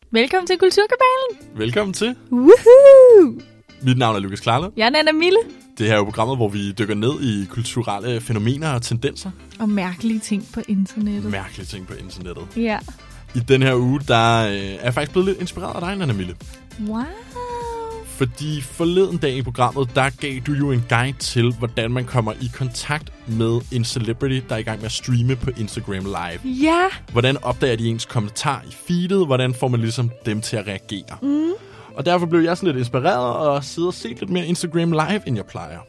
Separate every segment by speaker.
Speaker 1: Velkommen til Kulturkabalen.
Speaker 2: Velkommen til.
Speaker 1: Woohoo!
Speaker 2: Mit navn er Lukas Klarlund.
Speaker 1: Jeg er Nana Mille.
Speaker 2: Det her er jo programmet, hvor vi dykker ned i kulturelle fænomener og tendenser.
Speaker 1: Og mærkelige ting på internettet.
Speaker 2: Mærkelige ting på internettet.
Speaker 1: Ja.
Speaker 2: I den her uge, der er jeg faktisk blevet lidt inspireret af dig, Nana Mille.
Speaker 1: Wow.
Speaker 2: Fordi forleden dag i programmet, der gav du jo en guide til, hvordan man kommer i kontakt med en celebrity, der er i gang med at streame på Instagram Live.
Speaker 1: Ja.
Speaker 2: Hvordan opdager de ens kommentar i feedet? Hvordan får man ligesom dem til at reagere?
Speaker 1: Mm.
Speaker 2: Og derfor blev jeg sådan lidt inspireret og sidde og se lidt mere Instagram Live, end jeg plejer.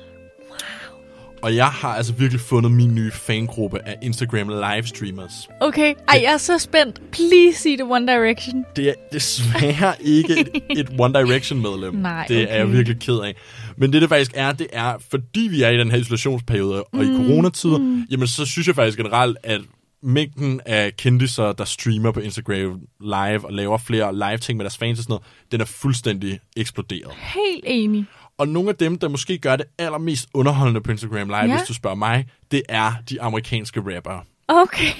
Speaker 2: Og jeg har altså virkelig fundet min nye fangruppe af Instagram livestreamers.
Speaker 1: Okay. Ej, jeg er så spændt. Please sig det One Direction.
Speaker 2: Det er desværre ikke et One Direction medlem.
Speaker 1: Nej,
Speaker 2: det
Speaker 1: okay.
Speaker 2: er jeg virkelig ked af. Men det faktisk er, det er, fordi vi er i den her isolationsperiode og i coronatider, jamen så synes jeg faktisk generelt, at mængden af kendiser, der streamer på Instagram Live og laver flere live ting med deres fans og sådan noget, den er fuldstændig eksploderet.
Speaker 1: Helt enig.
Speaker 2: Og nogle af dem, der måske gør det allermest underholdende på Instagram Live, hvis du spørger mig, det er de amerikanske rappere.
Speaker 1: Okay.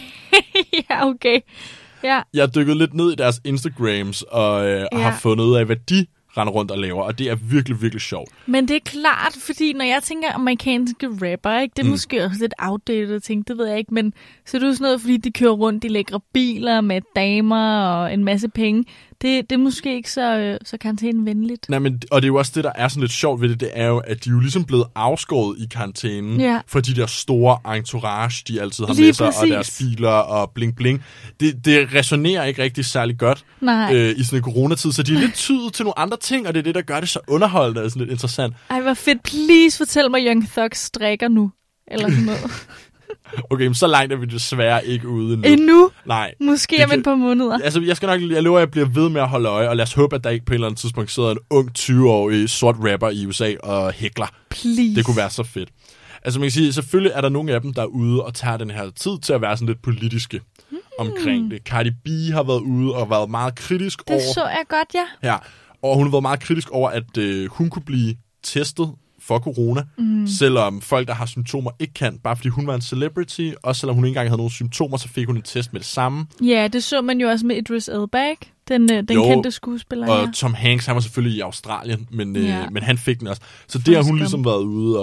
Speaker 1: Ja, okay. Ja.
Speaker 2: Jeg har dykket lidt ned i deres Instagrams og har fundet ud af, hvad de render rundt og laver, og det er virkelig, virkelig sjovt.
Speaker 1: Men det er klart, fordi når jeg tænker amerikanske rapper, ikke, det er måske også lidt outdated ting, det ved jeg ikke, men så er det jo sådan noget, fordi de kører rundt i lækre biler med damer og en masse penge. Det er måske ikke så karantænevenligt.
Speaker 2: Nej, men, og det er jo også det, der er sådan lidt sjovt ved det, det er jo, at de er jo ligesom blevet afskåret i karantænen for de der store entourage, de altid har med sig, og deres biler og bling bling. Det resonerer ikke rigtig særlig godt i sådan en coronatid, så de er lidt tydet til nogle andre ting, og det er det, der gør det så underholdende og sådan lidt interessant.
Speaker 1: Ej, hvor fedt. Please fortæl mig, Young Thug strikker nu. Eller sådan noget.
Speaker 2: Okay, men så langt er vi desværre ikke ude nu.
Speaker 1: Endnu?
Speaker 2: Nej.
Speaker 1: Måske om et par måneder.
Speaker 2: Altså, jeg lover, at jeg bliver ved med at holde øje, og lad os håbe, at der ikke på et eller andet tidspunkt sidder en ung 20-årig sort rapper i USA og hækler.
Speaker 1: Please.
Speaker 2: Det kunne være så fedt. Altså, man kan sige, selvfølgelig er der nogle af dem, der er ude og tager den her tid til at være sådan lidt politiske omkring det. Cardi B har været ude og været meget kritisk over...
Speaker 1: Det så jeg godt, ja.
Speaker 2: Ja, og hun har været meget kritisk over, at hun kunne blive testet for corona, selvom folk, der har symptomer, ikke kan, bare fordi hun var en celebrity, og selvom hun ikke engang havde nogle symptomer, så fik hun en test med det samme.
Speaker 1: Ja, det så man jo også med Idris Elba, ikke? Den kendte skuespiller.
Speaker 2: Og Tom Hanks, han var selvfølgelig i Australien, men han fik den også. Så det har hun ligesom været ude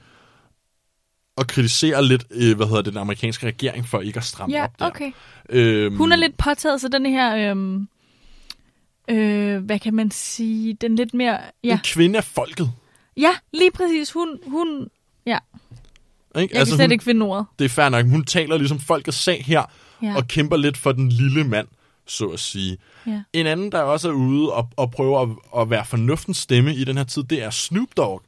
Speaker 2: og kritisere lidt, den amerikanske regering for ikke at stramme op der.
Speaker 1: Okay. Hun er lidt påtaget, så den her... hvad kan man sige? Den lidt mere... Ja.
Speaker 2: En kvinde af folket.
Speaker 1: Ja, lige præcis. Hun ja.
Speaker 2: Ikke?
Speaker 1: Jeg kan slet ikke finde ordet.
Speaker 2: Det er fair nok. Hun taler ligesom folkets sag her, og kæmper lidt for den lille mand, så at sige.
Speaker 1: Ja.
Speaker 2: En anden, der også er ude og prøver at være fornuftens stemme i den her tid, det er Snoop Dogg.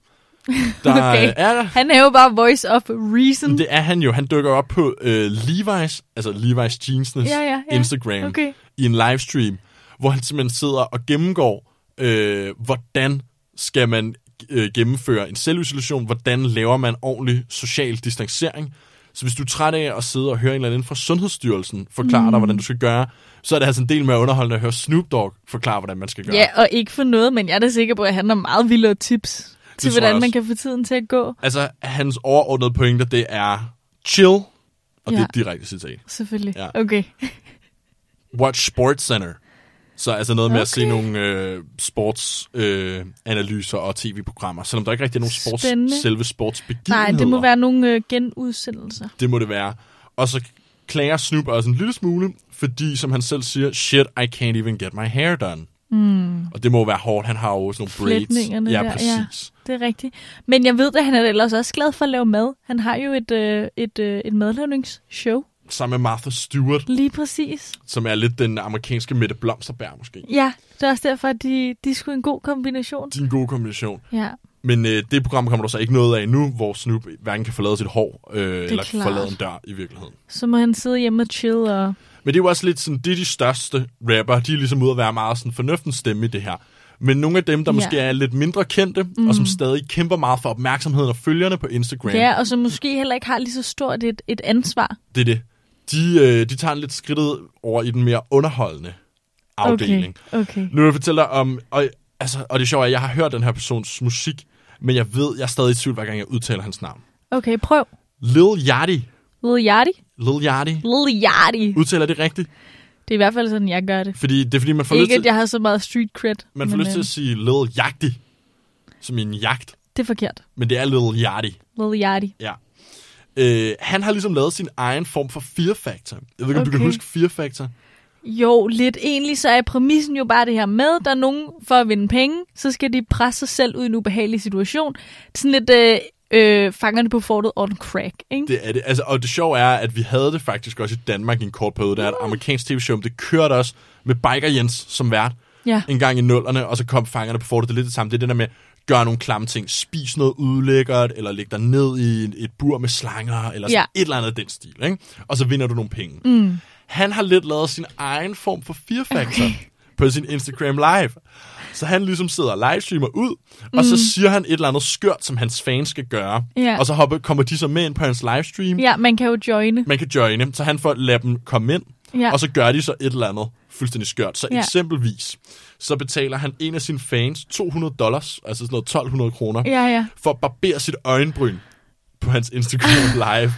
Speaker 1: Okay. Han er jo bare voice of reason.
Speaker 2: Det er han jo. Han dukker op på Levi's, altså Levi's Jeans'nes Instagram i en livestream, hvor han simpelthen sidder og gennemgår, hvordan skal man gennemføre en selvisolation, hvordan laver man ordentlig social distancering. Så hvis du er træt af at sidde og høre en eller anden fra Sundhedsstyrelsen forklare dig, hvordan du skal gøre, så er det altså en del med underholdende at høre Snoop Dogg forklare, hvordan man skal gøre.
Speaker 1: Ja, og ikke for noget, men jeg er da sikker på, at han har meget vildere tips til, hvordan man kan få tiden til at gå.
Speaker 2: Altså, hans overordnede pointer, det er chill, og det er direkte citat.
Speaker 1: Selvfølgelig, okay.
Speaker 2: Watch SportsCenter. Så altså noget med at se nogle sportsanalyser og tv-programmer, selvom der ikke rigtig er nogen selve sportsbegivenheder.
Speaker 1: Nej, det må være nogle genudsendelser.
Speaker 2: Det må det være. Og så klager Snoop også en lille smule, fordi som han selv siger, shit, I can't even get my hair done. Og det må være hårdt, han har jo også nogle braids. Ja, præcis.
Speaker 1: Ja, det er rigtigt. Men jeg ved, at han er ellers også glad for at lave mad. Han har jo et madlavningsshow.
Speaker 2: Sammen med Martha Stewart.
Speaker 1: Lige præcis.
Speaker 2: Som er lidt den amerikanske Mette Blomsterberg, måske.
Speaker 1: Ja, det er også derfor, at de skulle en god kombination.
Speaker 2: De er en god kombination.
Speaker 1: Ja.
Speaker 2: Men det program kommer der så ikke noget af nu, hvor Snoop hverken kan forlade sit hår, eller forlade en dør i virkeligheden.
Speaker 1: Så må han sidde hjemme og chill og...
Speaker 2: Men det er jo også lidt sådan, det er de største rapper, de er ligesom ude at være meget sådan fornuftens stemme i det her. Men nogle af dem, der måske er lidt mindre kendte, og som stadig kæmper meget for opmærksomheden og følgerne på Instagram.
Speaker 1: Ja, og som måske heller ikke har lige så stort et ansvar.
Speaker 2: Det er det. De tager lidt skridtet over i den mere underholdende afdeling.
Speaker 1: Okay.
Speaker 2: Nu vil jeg fortælle dig om... Og det sjove er, at jeg har hørt den her persons musik, men jeg er stadig i tvivl, hver gang jeg udtaler hans navn.
Speaker 1: Okay, prøv.
Speaker 2: Lil Yachty.
Speaker 1: Lil Yachty?
Speaker 2: Lil Yachty.
Speaker 1: Lil Yachty.
Speaker 2: Udtaler det rigtigt?
Speaker 1: Det er i hvert fald sådan, jeg gør det.
Speaker 2: Fordi man får
Speaker 1: ikke,
Speaker 2: lyst til...
Speaker 1: at jeg har så meget street cred.
Speaker 2: Man får lyst til at sige Lil Yachty, som en jagt.
Speaker 1: Det er forkert.
Speaker 2: Men det er Lil Yachty.
Speaker 1: Lil Yachty.
Speaker 2: Ja. Han har ligesom lavet sin egen form for Fear Factor. Jeg ved ikke, om du kan huske Fear Factor?
Speaker 1: Jo, lidt egentlig, så er præmissen jo bare det her med, der er nogen for at vinde penge, så skal de presse sig selv ud i en ubehagelig situation. Sådan lidt fangerne på fortet on crack, ikke?
Speaker 2: Det er det. Altså, og det sjove er, at vi havde det faktisk også i Danmark i en kort periode. Der er et amerikansk tv-show, det kørte også med Biker Jens som vært en gang i 00'erne, og så kom fangerne på fortet. Det er lidt det samme. Det er det der med, gør nogle klamme ting. Spis noget udlækkert, eller læg dig ned i et bur med slanger, eller sådan et eller andet af den stil, ikke? Og så vinder du nogle penge.
Speaker 1: Mm.
Speaker 2: Han har lidt lavet sin egen form for Fear Factor på sin Instagram Live. Så han ligesom sidder og livestreamer ud, og så siger han et eller andet skørt, som hans fans skal gøre. Og så kommer de så med ind på hans livestream.
Speaker 1: Ja, man kan jo joine.
Speaker 2: Man kan joine, så han får lade dem komme ind, og så gør de så et eller andet fuldstændig skørt. Så eksempelvis, så betaler han en af sine fans $200, altså sådan noget 1.200 kroner, for at barbere sit øjenbryn på hans Instagram Live.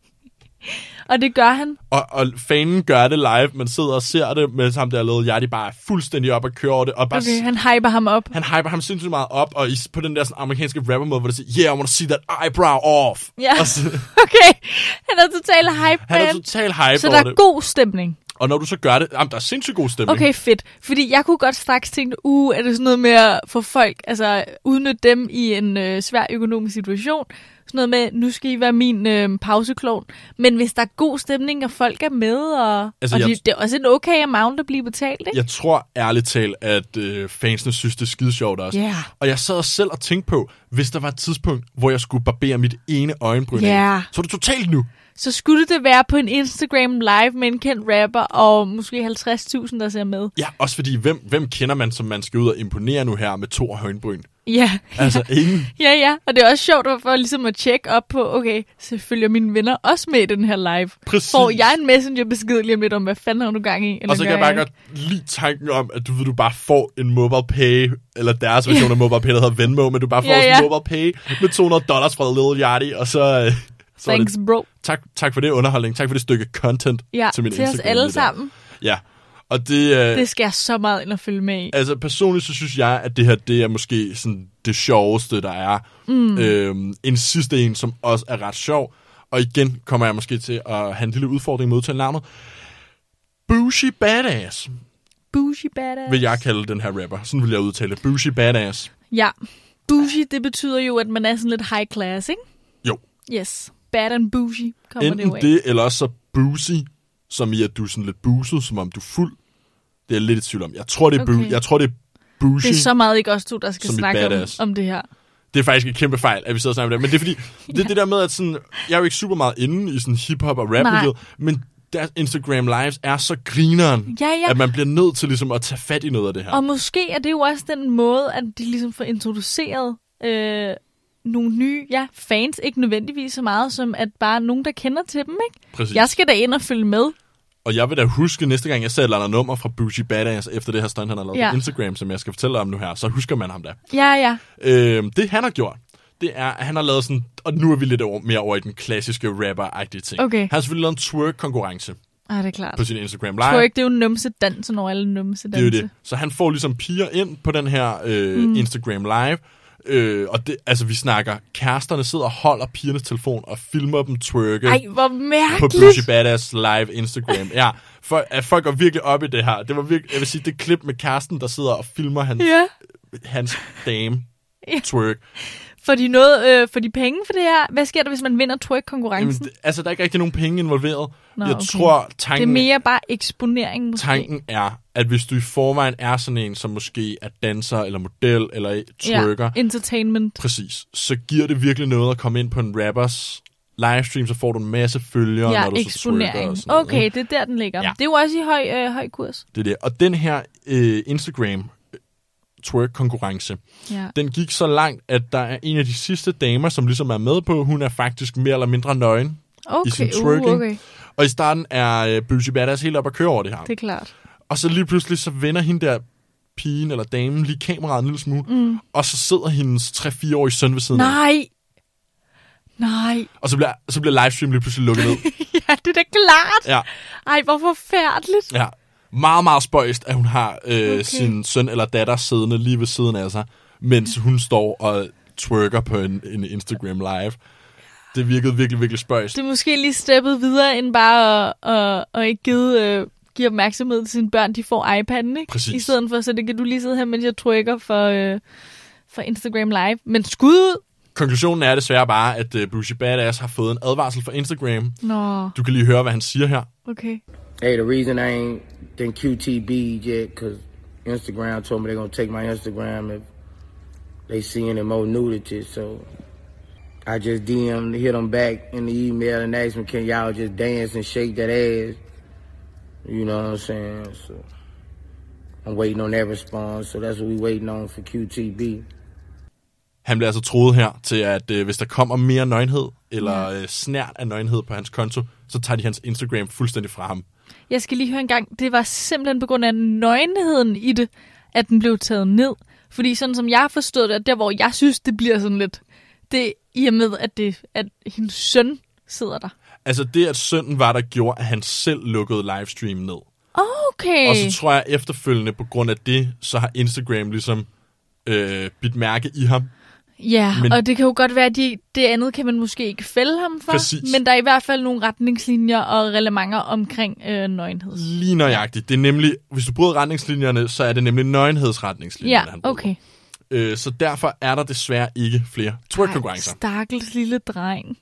Speaker 1: Og det gør han.
Speaker 2: Og fanen gør det live, man sidder og ser det, mens ham der lavede Yachty bare er fuldstændig op og kører over det. Og bare
Speaker 1: han hyper ham op.
Speaker 2: Han hyper ham sindssygt meget op, og på den der sådan, amerikanske rapper-måde, hvor det siger, yeah, I want to see that eyebrow off.
Speaker 1: Ja,
Speaker 2: så,
Speaker 1: okay. Han er total hype.
Speaker 2: Han er total hype.
Speaker 1: Så der er god stemning.
Speaker 2: Og når du så gør det, der er sindssygt god stemning.
Speaker 1: Okay, fedt. Fordi jeg kunne godt straks tænke, er det sådan noget med at få folk, altså udnytte dem i en svær økonomisk situation. Sådan noget med, nu skal I være min pauseklon. Men hvis der er god stemning, og folk er med, og det er også en okay amount at blive betalt, ikke?
Speaker 2: Jeg tror ærligt talt, at fansene synes, det er skide sjovt også.
Speaker 1: Yeah.
Speaker 2: Og jeg sad selv og tænkte på, hvis der var et tidspunkt, hvor jeg skulle barbere mit ene øjenbryn af, så er det totalt nu.
Speaker 1: Så skulle det være på en Instagram live med en kendt rapper, og måske 50.000, der ser med.
Speaker 2: Ja, også fordi, hvem kender man, som man skal ud og imponere nu her med 2 øjenbryn?
Speaker 1: Ja.
Speaker 2: Altså ingen.
Speaker 1: Ja, og det er også sjovt for ligesom at tjekke op på, okay, så følger mine venner også med i den her live.
Speaker 2: Præcis.
Speaker 1: Får jeg en messengerbesked lige om lidt om, hvad fanden har du gang i?
Speaker 2: Og så kan jeg bare godt lide tanken om, at du bare får en MobilePay, eller deres version af MobilePay, der hedder Venmo, men du bare får en MobilePay med $200 fra Lil Yachty, og så...
Speaker 1: Thanks, bro.
Speaker 2: Tak for det underholdning. Tak for det stykke content til min Instagram.
Speaker 1: Ja, til os alle sammen.
Speaker 2: Ja. Og det
Speaker 1: skal jeg så meget ind og følge med i.
Speaker 2: Altså personligt så synes jeg, at det her, det er måske sådan det sjoveste, der er. En sidste en, som også er ret sjov. Og igen kommer jeg måske til at have en lille udfordring med at udtale navnet. Bougie Badass.
Speaker 1: Bougie Badass.
Speaker 2: Vil jeg kalde den her rapper. Sådan vil jeg udtale det. Bougie Badass.
Speaker 1: Ja. Bougie, det betyder jo, at man er sådan lidt high class, ikke?
Speaker 2: Jo.
Speaker 1: Yes. Bad and bougie kommer
Speaker 2: enten det, eller også så boozy, som i at du er sådan lidt buset, som om du er fuld. Det er jeg lidt i tvivl om. Jeg tror, det er bougie.
Speaker 1: Det er så meget ikke os to, der skal snakke om det her.
Speaker 2: Det er faktisk et kæmpe fejl, at vi sidder og snakker om det. Men det er fordi, det er det der med, at sådan, jeg er jo ikke super meget inde i sådan hip-hop og rap, men deres Instagram lives er så grineren, at man bliver nødt til ligesom at tage fat i noget af det her.
Speaker 1: Og måske er det jo også den måde, at de ligesom får introduceret nogle nye fans, ikke nødvendigvis så meget, som at bare nogen, der kender til dem, ikke?
Speaker 2: Præcis.
Speaker 1: Jeg skal da ind og følge med.
Speaker 2: Og jeg vil da huske, næste gang jeg ser et eller andet nummer fra Bougie Badass, efter det her stunt, han har lavet på Instagram, som jeg skal fortælle om nu her, så husker man ham da.
Speaker 1: Ja.
Speaker 2: Det han har gjort, det er, at han har lavet sådan, og nu er vi lidt mere over i den klassiske rapper-agtige ting.
Speaker 1: Okay.
Speaker 2: Han har selvfølgelig lavet en twerk-konkurrence.
Speaker 1: Det er klart.
Speaker 2: På sin Instagram Live.
Speaker 1: Twerk, det er jo numsedansen over alle numsedanse.
Speaker 2: Det er jo det. Så han får ligesom piger ind på den her Instagram Live, og det, altså vi snakker, kæresterne sidder og holder pigernes telefon og filmer dem twerke.
Speaker 1: Ej, hvor mærkeligt.
Speaker 2: På Bougie Badass Live Instagram. Ja, folk går virkelig op i det her. Det var virkelig, jeg vil sige, det klip med kæresten, der sidder og filmer hans dame twerk.
Speaker 1: Får de penge for det her? Hvad sker der, hvis man vinder twerk-konkurrencen?
Speaker 2: Jamen, altså, der er ikke rigtig nogen penge involveret. Jeg tror, tanken...
Speaker 1: Det er mere bare eksponering, måske.
Speaker 2: Tanken er, at hvis du i forvejen er sådan en, som måske er danser, eller model, eller twerker...
Speaker 1: Ja, entertainment.
Speaker 2: Præcis. Så giver det virkelig noget at komme ind på en rappers livestream, så får du en masse følgere, når du så twerker og sådan noget.
Speaker 1: Okay, det er der, den ligger. Ja. Det er jo også i høj kurs.
Speaker 2: Det er det. Og den her Instagram... twerk-konkurrence. Den gik så langt, at der er en af de sidste damer, som ligesom er med på, hun er faktisk mere eller mindre nøgen i sin twerking. Og i starten er Bougie Badass helt op at køre over det her.
Speaker 1: Det er klart.
Speaker 2: Og så lige pludselig, så vender hende der pigen eller damen lige kameraet en lille smule, og så sidder hendes 3-4-årige søn ved siden af.
Speaker 1: Nej.
Speaker 2: Og så bliver livestream lige pludselig lukket ned.
Speaker 1: Ja, det er da klart.
Speaker 2: Ja.
Speaker 1: Ej, hvor forfærdeligt.
Speaker 2: Ja. Meget, meget spøjst, at hun har sin søn eller datter siddende lige ved siden af sig, mens hun står og twerker på en Instagram live. Det virkede virkelig, virkelig spøjst.
Speaker 1: Det er måske lige steppet videre, end bare at ikke give opmærksomhed til sine børn. De får iPad'en, ikke?
Speaker 2: Præcis.
Speaker 1: I stedet for, så det kan du lige sidde her, mens jeg twerker for Instagram Live. Men skud ud!
Speaker 2: Konklusionen er desværre bare, at Boosie Badass har fået en advarsel fra Instagram.
Speaker 1: Nå.
Speaker 2: Du kan lige høre, hvad han siger her.
Speaker 1: Okay.
Speaker 3: Hey, the reason I ain't done QTB yet, because Instagram told me they're going to take my Instagram if they see any more nudity, so I just hit them back in the email and asked them, can y'all just dance and shake that ass? You know what I'm saying? So I'm waiting on that response, so that's what we waiting on for QTB.
Speaker 2: Han bliver altså troet her til, at hvis der kommer mere nøgenhed, eller snært af nøgenhed på hans konto, så tager de hans Instagram fuldstændig fra ham.
Speaker 1: Jeg skal lige høre en gang, det var simpelthen på grund af nøgenheden i det, at den blev taget ned. Fordi sådan som jeg har forstået det, der hvor jeg synes, det bliver sådan lidt, det i og med, at hendes søn sidder der.
Speaker 2: Altså det, at sønnen var der, gjorde, at han selv lukkede livestream ned.
Speaker 1: Okay.
Speaker 2: Og så tror jeg efterfølgende, på grund af det, så har Instagram ligesom bidt mærke i ham.
Speaker 1: Ja, og det kan jo godt være, at det andet kan man måske ikke fælde ham for.
Speaker 2: Præcis.
Speaker 1: Men der er i hvert fald nogle retningslinjer og reglementer omkring nøgenhed.
Speaker 2: Lige nøjagtigt. Det er nemlig, hvis du bryder retningslinjerne, så er det nemlig nøgenhedsretningslinjer,
Speaker 1: ja,
Speaker 2: han bryder.
Speaker 1: Okay.
Speaker 2: Så derfor er der desværre ikke flere twerk-konkurrencer.
Speaker 1: Stakkels lille dreng.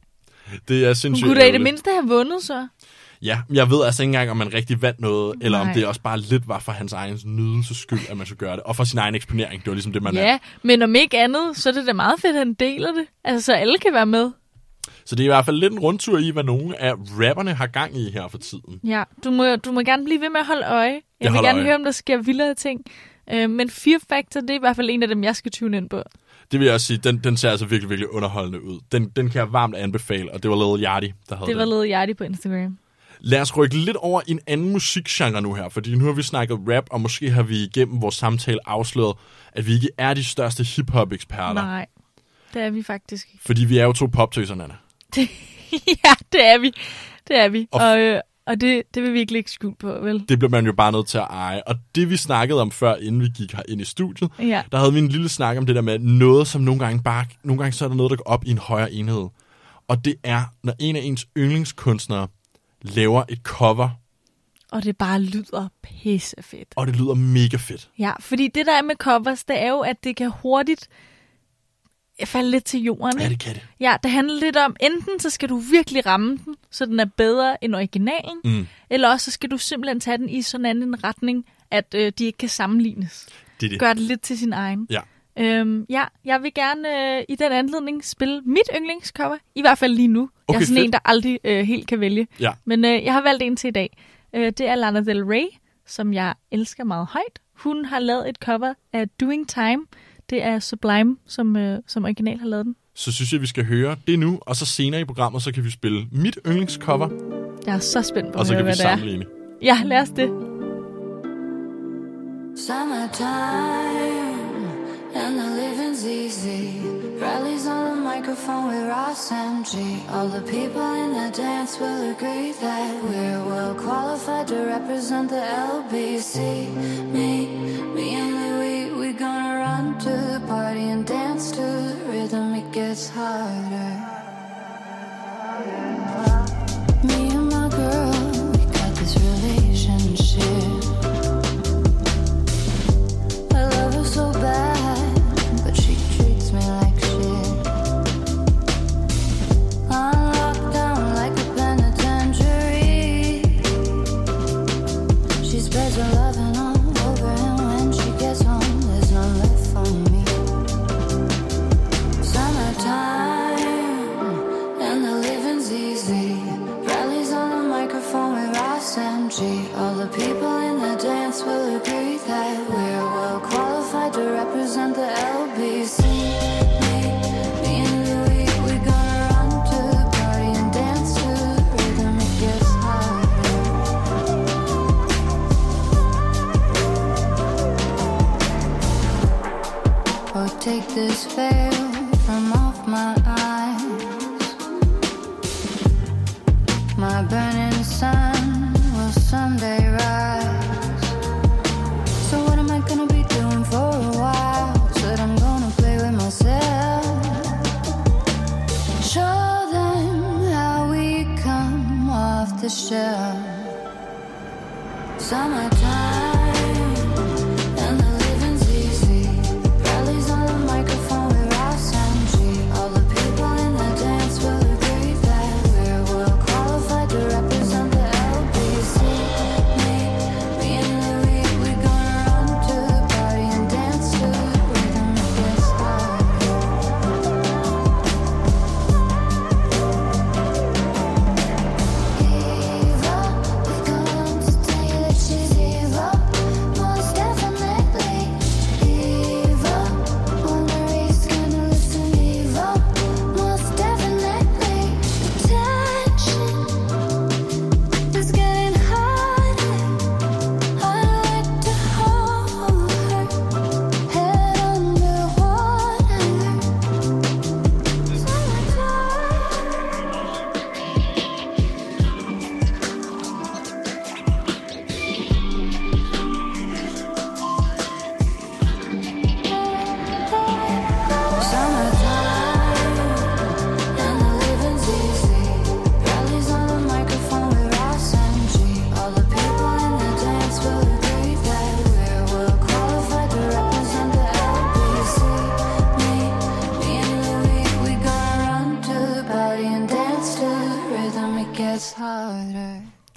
Speaker 2: Det er sindssygt.
Speaker 1: Hun kunne da i det mindste have vundet, så.
Speaker 2: Ja, jeg ved altså ikke engang, om man rigtig vandt noget, eller om det også bare lidt var for hans egen nydelses skyld, at man skulle gøre det. Og for sin egen eksponering, det var ligesom det, man
Speaker 1: Ja, men om ikke andet, så er det da meget fedt, at han deler det. Altså, så alle kan være med.
Speaker 2: Så det er i hvert fald lidt en rundtur i, hvad nogle af rapperne har gang i her for tiden.
Speaker 1: Ja, du må gerne blive ved med at holde øje. Jeg vil gerne høre, om der sker vildere ting. Men Fear Factor, det er i hvert fald en af dem, jeg skal tune ind på.
Speaker 2: Det vil jeg også sige, den ser altså virkelig, virkelig underholdende ud. Den kan jeg varmt anbefale, og det var Lil Yachty, der havde
Speaker 1: det. Det var Lil Yachty på Instagram.
Speaker 2: Lad os rykke lidt over i en anden musikgenre nu her, fordi nu har vi snakket rap, og måske har vi igennem vores samtale afsløret, at vi ikke er de største hip-hop-eksperter.
Speaker 1: Nej, det er vi faktisk ikke.
Speaker 2: Fordi vi er jo to poptøser, Nana.
Speaker 1: Ja, det er vi. Det er vi. Og det vil vi ikke lægge skjul på, vel?
Speaker 2: Det bliver man jo bare nødt til at eje. Og det vi snakkede om før, inden vi gik ind i studiet, der havde vi en lille snak om det der med noget, som nogle gange så er der noget, der går op i en højere enhed. Og det er, når en af ens yndlingskunstnere laver et cover.
Speaker 1: Og det bare lyder pissefedt.
Speaker 2: Og det lyder mega fedt.
Speaker 1: Ja, fordi det der er med covers, det er jo, at det kan hurtigt falde lidt til jorden.
Speaker 2: Ja, det kan det.
Speaker 1: Ja, det handler lidt om, enten så skal du virkelig ramme den, så den er bedre end originalen, eller også så skal du simpelthen tage den i sådan en retning, at de ikke kan sammenlignes.
Speaker 2: Det.
Speaker 1: Gør det lidt til sin egen.
Speaker 2: Ja.
Speaker 1: Jeg vil gerne i den anledning spille mit yndlingscover, i hvert fald lige nu.
Speaker 2: Okay,
Speaker 1: jeg er sådan
Speaker 2: fedt.
Speaker 1: en, der aldrig helt kan vælge.
Speaker 2: Ja.
Speaker 1: Men jeg har valgt en til i dag. Det er Lana Del Rey, som jeg elsker meget højt. Hun har lavet et cover af Doing Time. Det er Sublime, som original har lavet den.
Speaker 2: Så synes jeg, vi skal høre det nu, og så senere i programmet, så kan vi spille mit yndlingscover.
Speaker 1: Jeg er så spændt på
Speaker 2: at høre, hvad det er. Og så kan vi
Speaker 1: sammenligne. Ja, lad os det.
Speaker 4: Summertime and the living's easy. Rallies on the microphone with Ross MG. All the people in the dance will agree that we're well qualified to represent the LBC. Me and Louis, we gonna run to the party and dance to the rhythm. It gets harder. Me and my girl, we got this relationship. I love her so bad, but she treats me like shit. I'm locked down like a penitentiary. She spreads her loving all over, and when she gets home, there's none left for me. Summertime, and the living's easy. Rallies on the microphone with Ross MG. All the people in the dance will agree that we're well qualified to represent the LBC. Me and Louis, we gonna run to the party and dance to the rhythm. It gets harder. Oh, take this veil from off my eyes. My burning sun will someday rise.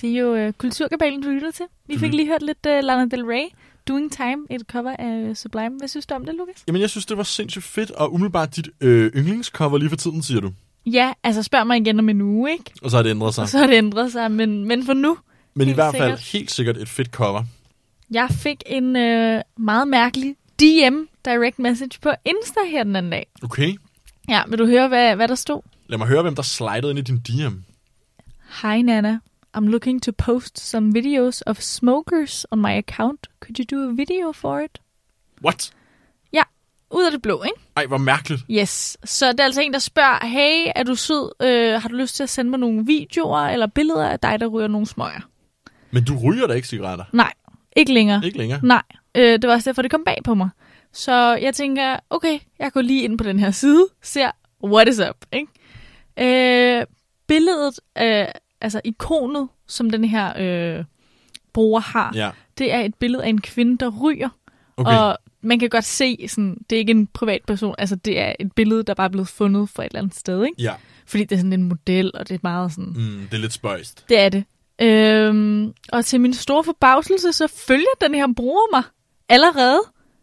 Speaker 1: Det er jo Kulturkabalen, du lytter til. Vi fik lige hørt lidt Lana Del Rey, Doing Time, et cover af Sublime. Hvad synes du om det, Lukas?
Speaker 2: Jamen, jeg synes, det var sindssygt fedt, og umiddelbart dit yndlingscover lige for tiden, siger du.
Speaker 1: Ja, altså spørg mig igen om en uge, ikke?
Speaker 2: Og så har det ændret sig.
Speaker 1: Men for nu.
Speaker 2: Men i hvert fald helt sikkert et fedt cover.
Speaker 1: Jeg fik en meget mærkelig DM, direct message, på Insta her den anden dag.
Speaker 2: Okay.
Speaker 1: Ja, vil du høre, hvad der stod?
Speaker 2: Lad mig høre, hvem der slidede ind i din DM.
Speaker 1: Hi, Nana. I'm looking to post some videos of smokers on my account. Could you do a video for it?
Speaker 2: What?
Speaker 1: Ja, ud af det blå, ikke?
Speaker 2: Ej, hvor mærkeligt.
Speaker 1: Yes. Så det er altså en, der spørger, hey, er du sød? Har du lyst til at sende mig nogle videoer eller billeder af dig, der ryger nogle smøger?
Speaker 2: Men du ryger da ikke cigaretter?
Speaker 1: Nej, ikke længere.
Speaker 2: Ikke længere?
Speaker 1: Nej, det var også derfor, det kom bag på mig. Så jeg tænker, okay, jeg går lige ind på den her side, ser, what is up, ikke? Billedet, altså ikonet, som den her bruger har, det er et billede af en kvinde, der ryger. Okay. Og man kan godt se, sådan, det er ikke en privat person, altså det er et billede, der bare er blevet fundet fra et eller andet sted, ikke?
Speaker 2: Ja.
Speaker 1: Fordi det er sådan en model, og det er meget sådan...
Speaker 2: det er lidt spøjst.
Speaker 1: Det er det. Og til min store forbavselse, så følger den her bruger mig allerede.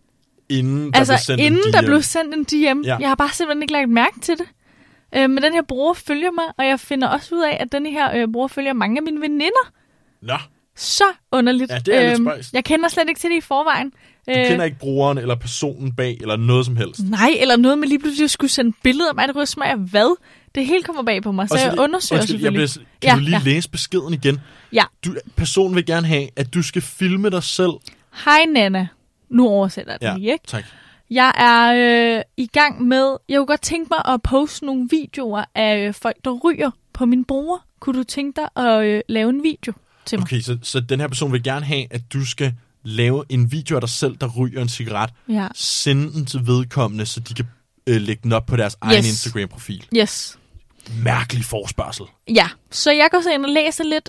Speaker 2: Inden der
Speaker 1: blev sendt en DM. Ja. Jeg har bare simpelthen ikke lagt mærke til det. Men den her bruger følger mig, og jeg finder også ud af, at den her bruger følger mange af mine veninder.
Speaker 2: Nå.
Speaker 1: Så underligt.
Speaker 2: Ja, det er lidt spøjst.
Speaker 1: Jeg kender slet ikke til det i forvejen.
Speaker 2: Du kender ikke brugeren eller personen bag, eller noget som helst?
Speaker 1: Nej, eller noget med lige pludselig at skulle sende billeder af mig, der ryger smag af hvad? Det hele kommer bag på mig, så jeg undersøger selvfølgelig.
Speaker 2: Kan du lige læse beskeden igen?
Speaker 1: Ja.
Speaker 2: Personen vil gerne have, at du skal filme dig selv.
Speaker 1: Hej Nana. Nu oversætter jeg den lige, ikke?
Speaker 2: Tak.
Speaker 1: Jeg er i gang med... Jeg kunne godt tænke mig at poste nogle videoer af folk, der ryger på min bruger. Kunne du tænke dig at lave en video til mig?
Speaker 2: Okay, så den her person vil gerne have, at du skal lave en video af dig selv, der ryger en cigaret. Ja. Sende den til vedkommende, så de kan lægge den op på deres egen Instagram-profil.
Speaker 1: Yes.
Speaker 2: Mærkelig forespørgsel.
Speaker 1: Ja, så jeg går så ind og læser lidt.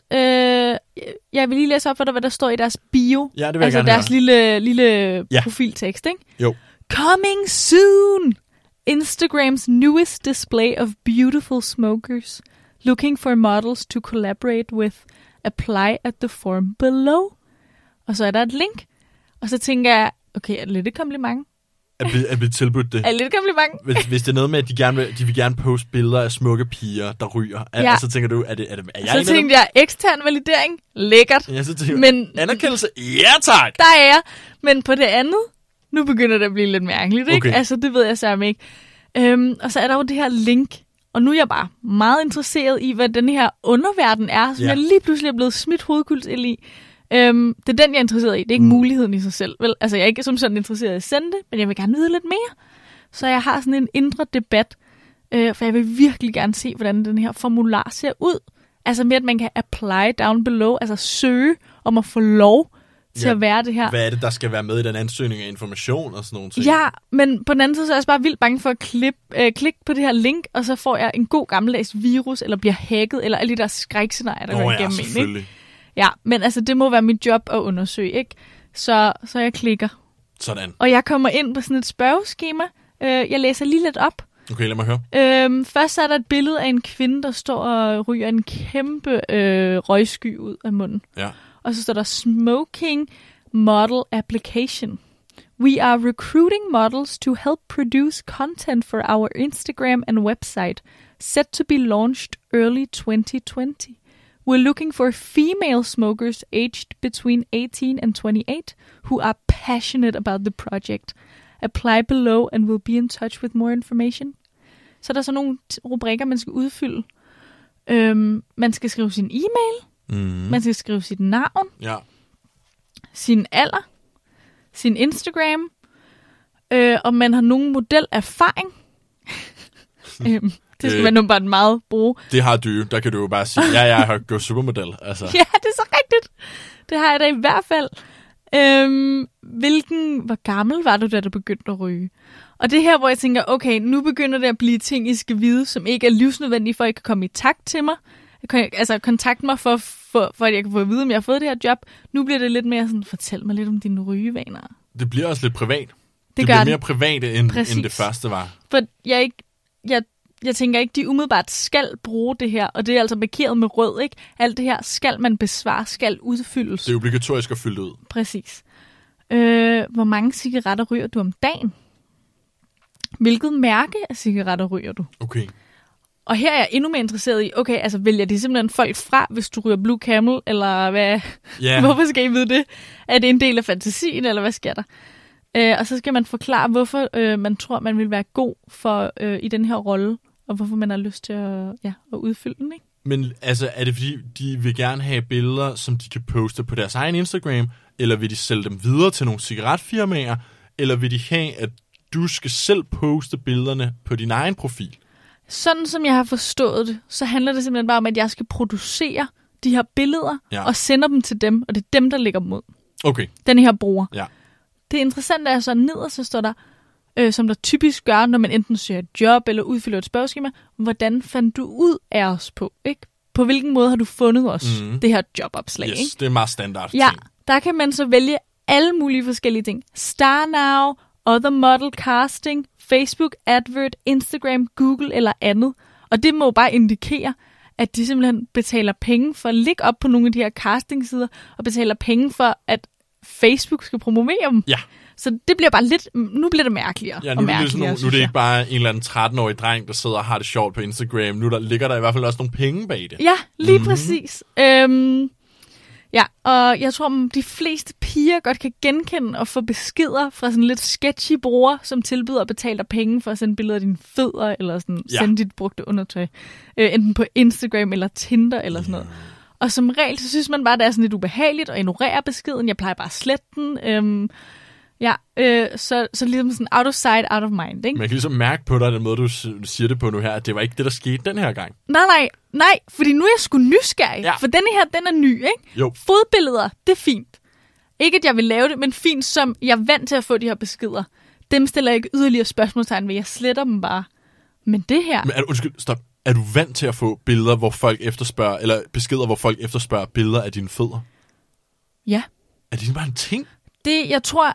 Speaker 1: Jeg vil lige læse op for dig, hvad der står i deres bio.
Speaker 2: Ja, det vil jeg gerne
Speaker 1: deres lille profiltekst, ikke?
Speaker 2: Jo.
Speaker 1: Coming soon! Instagram's newest display of beautiful smokers. Looking for models to collaborate with. Apply at the form below. Og så er der et link. Og så tænker jeg, okay, er det lidt et kompliment?
Speaker 2: At blive tilbudt det.
Speaker 1: Er det lidt et kompliment?
Speaker 2: Hvis det er noget med, at de vil gerne poste billeder af smukke piger, der ryger. Så tænker du, er jeg
Speaker 1: så tænkte jeg, ekstern validering, lækkert.
Speaker 2: Ja, så tænkte jeg, anerkendelse, ja tak!
Speaker 1: Der er jeg. Men på det andet, nu begynder det at blive lidt mærkeligt, ikke? Okay. Altså, det ved jeg så ikke. Og så er der jo det her link. Og nu er jeg bare meget interesseret i, hvad den her underverden er, som jeg lige pludselig er blevet smidt hovedkuls i. Det er den, jeg er interesseret i. Det er ikke muligheden i sig selv. Vel? Altså, jeg er ikke som sådan interesseret i at sende det, men jeg vil gerne vide lidt mere. Så jeg har sådan en indre debat, for jeg vil virkelig gerne se, hvordan den her formular ser ud. Altså med, at man kan apply down below, altså søge om at få lov til at være det her.
Speaker 2: Hvad er det, der skal være med i den ansøgning af information og sådan nogle ting?
Speaker 1: Ja, men på den anden side, så er jeg bare vildt bange for at klikke på det her link, og så får jeg en god gammeldags virus, eller bliver hacket, eller alle de der skrækscenarier, der går igennem en, ikke? Ja, men altså, det må være mit job at undersøge, ikke? Så jeg klikker.
Speaker 2: Sådan.
Speaker 1: Og jeg kommer ind på sådan et spørgeskema. Jeg læser lige lidt op.
Speaker 2: Okay, lad mig høre.
Speaker 1: Først er der et billede af en kvinde, der står og ryger en kæmpe røgsky ud af munden.
Speaker 2: Ja.
Speaker 1: Og så står der Smoking Model Application. We are recruiting models to help produce content for our Instagram and website, set to be launched early 2020. We're looking for female smokers aged between 18 and 28 who are passionate about the project. Apply below and we'll be in touch with more information. Så der er så nogle rubrikker, man skal udfylde. Man skal skrive sin e-mail. Man skal skrive sit navn.
Speaker 2: Ja.
Speaker 1: Sin alder. Sin Instagram. Og man har nogen modelerfaring. Det skal man nu bare meget bruge.
Speaker 2: Det har du. Der kan du jo bare sige, jeg har gået supermodel. Altså.
Speaker 1: Ja, det er så rigtigt. Det har jeg da i hvert fald. Hvor gammel var du, da du begyndte at ryge? Og det her, hvor jeg tænker, okay, nu begynder det at blive ting, I skal vide, som ikke er livsnødvendige, for at I kan komme i takt til mig. Altså kontakt mig, for at jeg kan få at vide, om jeg har fået det her job. Nu bliver det lidt mere sådan, fortæl mig lidt om dine rygevaner.
Speaker 2: Det bliver også lidt privat. Det bliver mere privat, end det første var.
Speaker 1: For jeg jeg tænker ikke, de umiddelbart skal bruge det her, og det er altså markeret med rød, ikke? Alt det her skal man besvare, skal udfyldes.
Speaker 2: Det er obligatorisk at fylde ud.
Speaker 1: Præcis. Hvor mange cigaretter ryger du om dagen? Hvilket mærke af cigaretter ryger du?
Speaker 2: Okay.
Speaker 1: Og her er jeg endnu mere interesseret i, okay, altså vælger de simpelthen folk fra, hvis du ryger Blue Camel, eller hvad? Yeah. Hvorfor skal I vide det? Er det en del af fantasien, eller hvad sker der? Og så skal man forklare, hvorfor man tror, man vil være god for i den her rolle, og hvorfor man har lyst til at udfylde den, ikke?
Speaker 2: Men altså, er det fordi, de vil gerne have billeder, som de kan poste på deres egen Instagram, eller vil de sælge dem videre til nogle cigaretfirmaer, eller vil de have, at du skal selv poste billederne på din egen profil?
Speaker 1: Sådan som jeg har forstået det, så handler det simpelthen bare om, at jeg skal producere de her billeder, og sender dem til dem, og det er dem, der lægger dem ud.
Speaker 2: Okay.
Speaker 1: Den her bruger.
Speaker 2: Ja.
Speaker 1: Det interessante er så, nederst så står der, som der typisk gør, når man enten søger et job eller udfylder et spørgeskema, hvordan fandt du ud af os på, ikke? På hvilken måde har du fundet os, det her jobopslag,
Speaker 2: yes,
Speaker 1: ikke?
Speaker 2: Det er meget standard.
Speaker 1: Ja, der kan man så vælge alle mulige forskellige ting. Star Now, Other Model Casting, Facebook Advert, Instagram, Google eller andet. Og det må bare indikere, at de simpelthen betaler penge for at ligge op på nogle af de her castingsider, og betaler penge for, at Facebook skal promovere dem.
Speaker 2: Ja.
Speaker 1: Så det bliver bare lidt... Nu bliver det mærkeligere.
Speaker 2: Ja, nu er det ikke bare en eller anden 13-årig dreng, der sidder og har det sjovt på Instagram. Nu ligger der i hvert fald også nogle penge bag det.
Speaker 1: Ja, lige præcis. Ja, og jeg tror, de fleste piger godt kan genkende og få beskeder fra sådan lidt sketchy brugere, som tilbyder at betale dig penge for at sende billeder af dine fødder, eller sådan sende dit brugte undertøj. Enten på Instagram eller Tinder eller sådan noget. Og som regel, så synes man bare, det er sådan lidt ubehageligt at ignorere beskeden. Jeg plejer bare at slette den. Så ligesom sådan out of sight, out of mind, ikke?
Speaker 2: Man kan ligesom mærke på dig, den måde, du siger det på nu her, at det var ikke det, der skete den her gang.
Speaker 1: Nej, fordi nu er jeg sgu nysgerrig. Ja. For denne her, den er ny, ikke?
Speaker 2: Jo.
Speaker 1: Fodbilleder, det er fint. Ikke, at jeg vil lave det, men fint, som jeg er vant til at få de her beskeder. Dem stiller jeg ikke yderligere spørgsmålstegn ved. Jeg sletter dem bare. Men det her...
Speaker 2: Men stop. Er du vant til at få billeder, hvor folk efterspørger, eller beskeder, hvor folk efterspørger billeder af dine fødder?
Speaker 1: Ja.
Speaker 2: Er det bare en ting?
Speaker 1: Det, jeg tror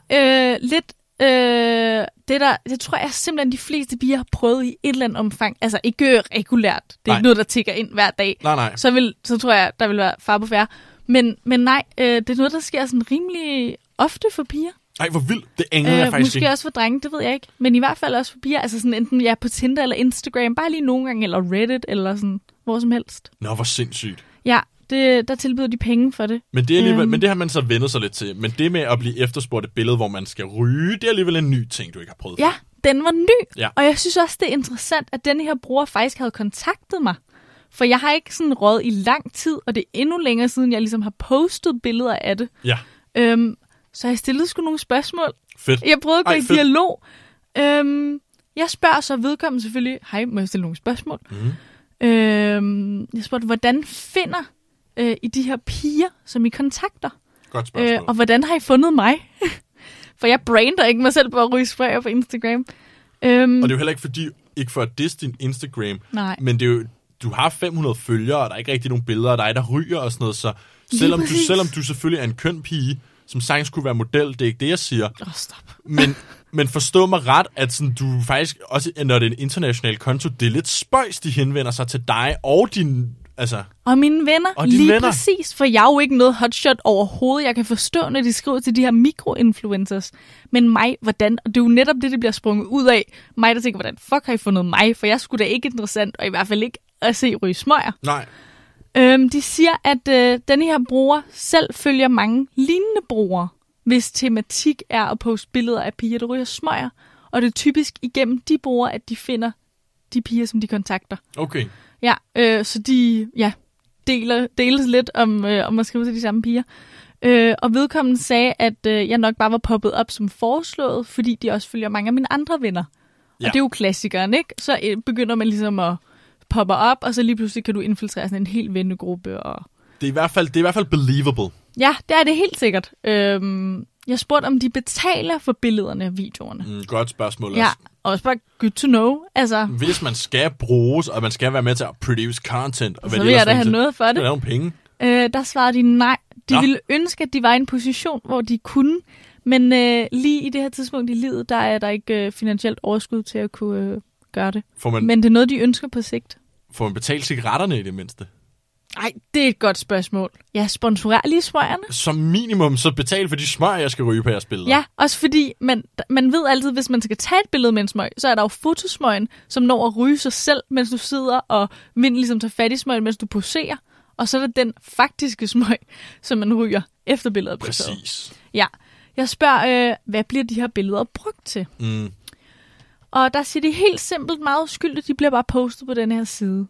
Speaker 1: det tror jeg simpelthen de fleste piger har prøvet i et eller andet omfang. Altså ikke regulært. Det er ikke noget, der tikker ind hver dag.
Speaker 2: Nej.
Speaker 1: Så tror jeg, der vil være far på færre. Men nej, det er noget, der sker sådan rimelig ofte for piger.
Speaker 2: Ej, hvor vildt. Det aner jeg faktisk
Speaker 1: måske
Speaker 2: ikke.
Speaker 1: Også for drenge, det ved jeg ikke. Men i hvert fald også for piger. Altså sådan enten jeg er på Tinder eller Instagram. Bare lige nogle gange. Eller Reddit. Eller sådan hvor som helst.
Speaker 2: Nå, hvor sindssygt.
Speaker 1: Ja, der tilbyder de penge for det.
Speaker 2: Men det, er men det har man så vendet sig lidt til. Men det med at blive efterspurgt et billede, hvor man skal ryge, det er alligevel en ny ting, du ikke har prøvet.
Speaker 1: Ja, den var ny.
Speaker 2: Ja.
Speaker 1: Og jeg synes også, det er interessant, at denne her bruger faktisk havde kontaktet mig. For jeg har ikke sådan røget i lang tid, og det er endnu længere siden, jeg ligesom har postet billeder af det.
Speaker 2: Ja.
Speaker 1: Så jeg stillede sgu nogle spørgsmål.
Speaker 2: Fedt.
Speaker 1: Jeg prøvede at gå i dialog. Jeg spørger så vedkommende selvfølgelig, hej, må jeg stille nogle spørgsmål? Jeg spurgte, hvordan finder I de her piger, som I kontakter?
Speaker 2: Godt spørgsmål.
Speaker 1: Og hvordan har I fundet mig? For jeg brander ikke mig selv på at ryge sprayer på Instagram.
Speaker 2: Og det er jo heller ikke fordi, ikke for at disse din Instagram, men det er jo, du har 500 følgere, og der er ikke rigtig nogen billeder af dig, der ryger og sådan noget, så selvom du selvfølgelig er en køn pige, som sagtens kunne være model, det er ikke det, jeg siger.
Speaker 1: Stop.
Speaker 2: Men forstå mig ret, at sådan, du faktisk, også når det er en international konto, det er lidt spøjs, de henvender sig til dig og din... Altså,
Speaker 1: og mine venner,
Speaker 2: og lige venner.
Speaker 1: Præcis, for jeg er jo ikke noget hotshot overhovedet. Jeg kan forstå, når de skriver til de her mikroinfluencers. Men mig, hvordan? Og det er jo netop det bliver sprunget ud af. Mig, der tænker, hvordan fuck har I fundet mig? For jeg skulle da ikke interessant, og i hvert fald ikke at se ryge smøger.
Speaker 2: Nej.
Speaker 1: De siger, at denne her bruger selv følger mange lignende brugere, hvis tematik er at poste billeder af piger, der ryger smøger. Og det er typisk igennem de brugere, at de finder de piger, som de kontakter.
Speaker 2: Okay.
Speaker 1: Ja, så de deles lidt om at skrive til de samme piger. Og vedkommende sagde, at jeg nok bare var poppet op som foreslået, fordi de også følger mange af mine andre venner. Ja. Og det er jo klassikeren, ikke? Så begynder man ligesom at poppe op, og så lige pludselig kan du infiltrere sådan en hel vennegruppe. Og... Det er
Speaker 2: i hvert fald believable.
Speaker 1: Ja, det er det helt sikkert. Jeg spurgte, om de betaler for billederne og videoerne.
Speaker 2: Godt spørgsmål også.
Speaker 1: Ja, også bare good to know. Altså,
Speaker 2: hvis man skal bruges, og man skal være med til at produce content, og
Speaker 1: så vil jeg da have noget for det.
Speaker 2: Nogle penge.
Speaker 1: Der svarede de nej. De ville ønske, at de var i en position, hvor de kunne, men lige i det her tidspunkt i livet, der er der ikke finansielt overskud til at kunne gør det. Men det er noget, de ønsker på sigt.
Speaker 2: Får man betalt cigaretterne i det mindste?
Speaker 1: Nej, det er et godt spørgsmål. Ja, sponsorer lige smøgerne.
Speaker 2: Som minimum, så betal for de smøger, jeg skal ryge på jeres billeder.
Speaker 1: Ja, også fordi man ved altid, hvis man skal tage et billede med en smøg, så er der jo fotosmøgen, som når at ryge sig selv, mens du sidder og ligesom tager fat i smøgen, mens du poserer. Og så er der den faktiske smøg, som man ryger efter billedet.
Speaker 2: Præcis.
Speaker 1: Ja. Jeg spørger, hvad bliver de her billeder brugt til? Og der siger de helt simpelt meget uskyldigt, de bliver bare postet på den her side.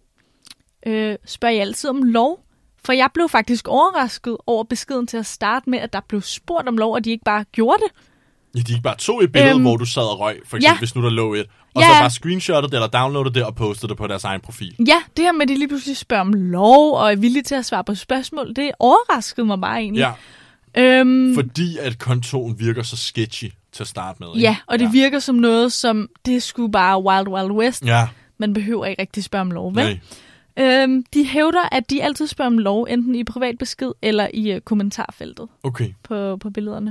Speaker 1: Spørger I altid om lov? For jeg blev faktisk overrasket over beskeden til at starte med, at der blev spurgt om lov, og de ikke bare gjorde det.
Speaker 2: Ja, de ikke bare tog et billede, hvor du sad og røg, for eksempel, hvis nu der lå et, og så bare screenshottede det, eller downloadede det, og postede det på deres egen profil.
Speaker 1: Ja, det her med, at de lige pludselig spørger om lov, og er villige til at svare på spørgsmål, det overraskede mig bare egentlig.
Speaker 2: Ja. Fordi at kontoen virker så sketchy til at starte med. Ikke?
Speaker 1: Ja, og det virker som noget, som det skulle bare Wild Wild West. Ja. Man behøver ikke rigtig spørge om lov, vel? Nej. De hævder, at de altid spørger om lov, enten i privat besked eller i kommentarfeltet på billederne.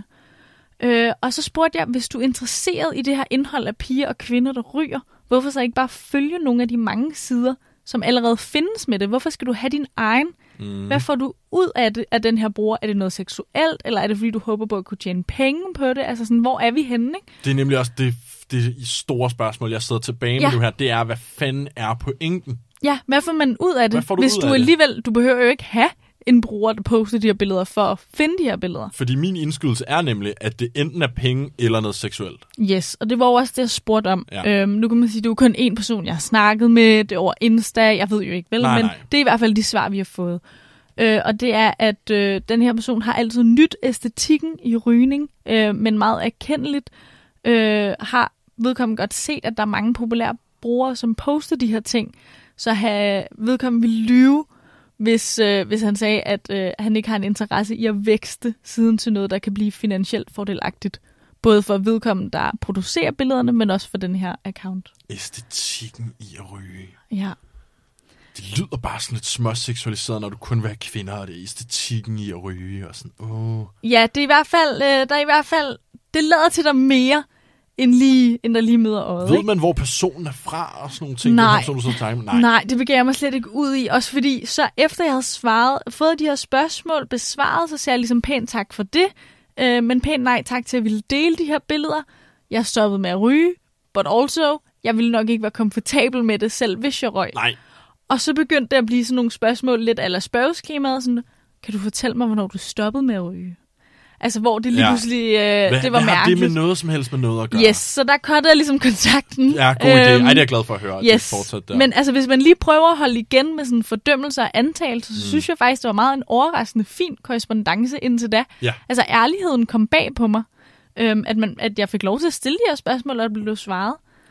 Speaker 1: Og så spurgte jeg, hvis du er interesseret i det her indhold af piger og kvinder, der ryger, hvorfor så ikke bare følge nogle af de mange sider, som allerede findes med det? Hvorfor skal du have din egen? Hvad får du ud af den her bruger? Er det noget seksuelt, eller er det fordi, du håber på at kunne tjene penge på det? Altså sådan, hvor er vi henne, ikke?
Speaker 2: Det er nemlig også det store spørgsmål, jeg sidder tilbage med nu her. Det er, hvad fanden er pointen?
Speaker 1: Ja, hvad får man ud af det? Hvis du alligevel, du behøver jo ikke have en bruger, der poster de her billeder for at finde de her billeder.
Speaker 2: Fordi min indskydelse er nemlig, at det enten er penge eller noget seksuelt.
Speaker 1: Yes, og det var også det, jeg spurgte om. Ja. Nu kan man sige, at det er jo kun én person, jeg har snakket med. Det over Insta, jeg ved jo ikke vel, men det er i hvert fald de svar, vi har fået. Og det er, at den her person har altid nyt æstetikken i rygning, men meget erkendeligt har vedkommende godt set, at der er mange populære brugere, som poster de her ting. Så vedkommende vil lyve, hvis han sagde, at han ikke har en interesse i at vækste siden til noget, der kan blive finansielt fordelagtigt. Både for vedkommende, der producerer billederne, men også for den her account.
Speaker 2: Æstetikken i at ryge.
Speaker 1: Ja.
Speaker 2: Det lyder bare sådan lidt småseksualiseret, når du kun vil have kvinder, og det er æstetikken i at ryge og sådan.
Speaker 1: Ja, det er i hvert fald, det lader til dig mere, end der lige møder øjet.
Speaker 2: Ved man, hvor personen er fra og sådan nogle ting?
Speaker 1: Nej, det begav jeg mig slet ikke ud i. Også fordi, så efter jeg havde fået de her spørgsmål besvaret, så sagde jeg ligesom pænt tak for det. Men pænt nej tak til at ville dele de her billeder. Jeg stoppede med at ryge, but also, jeg ville nok ikke være komfortabel med det selv, hvis jeg røg.
Speaker 2: Nej.
Speaker 1: Og så begyndte det at blive sådan nogle spørgsmål lidt a la spørgeskemaet. Sådan, kan du fortælle mig, hvornår du stoppede med at ryge? Altså, hvor det lige pludselig, det var mærkeligt. Hvad
Speaker 2: har det med noget som helst med noget at gøre?
Speaker 1: Yes, så der cuttede jeg ligesom kontakten.
Speaker 2: Ja, god idé. Ej, det er jeg glad for at høre, at det fortsat der.
Speaker 1: Men altså, hvis man lige prøver at holde igen med sådan fordømmelser og antagelser, så synes jeg faktisk, det var meget en overraskende fin korrespondance indtil da. Ja. Altså, ærligheden kom bag på mig. At jeg fik lov til at stille de her spørgsmål, og der blev svaret.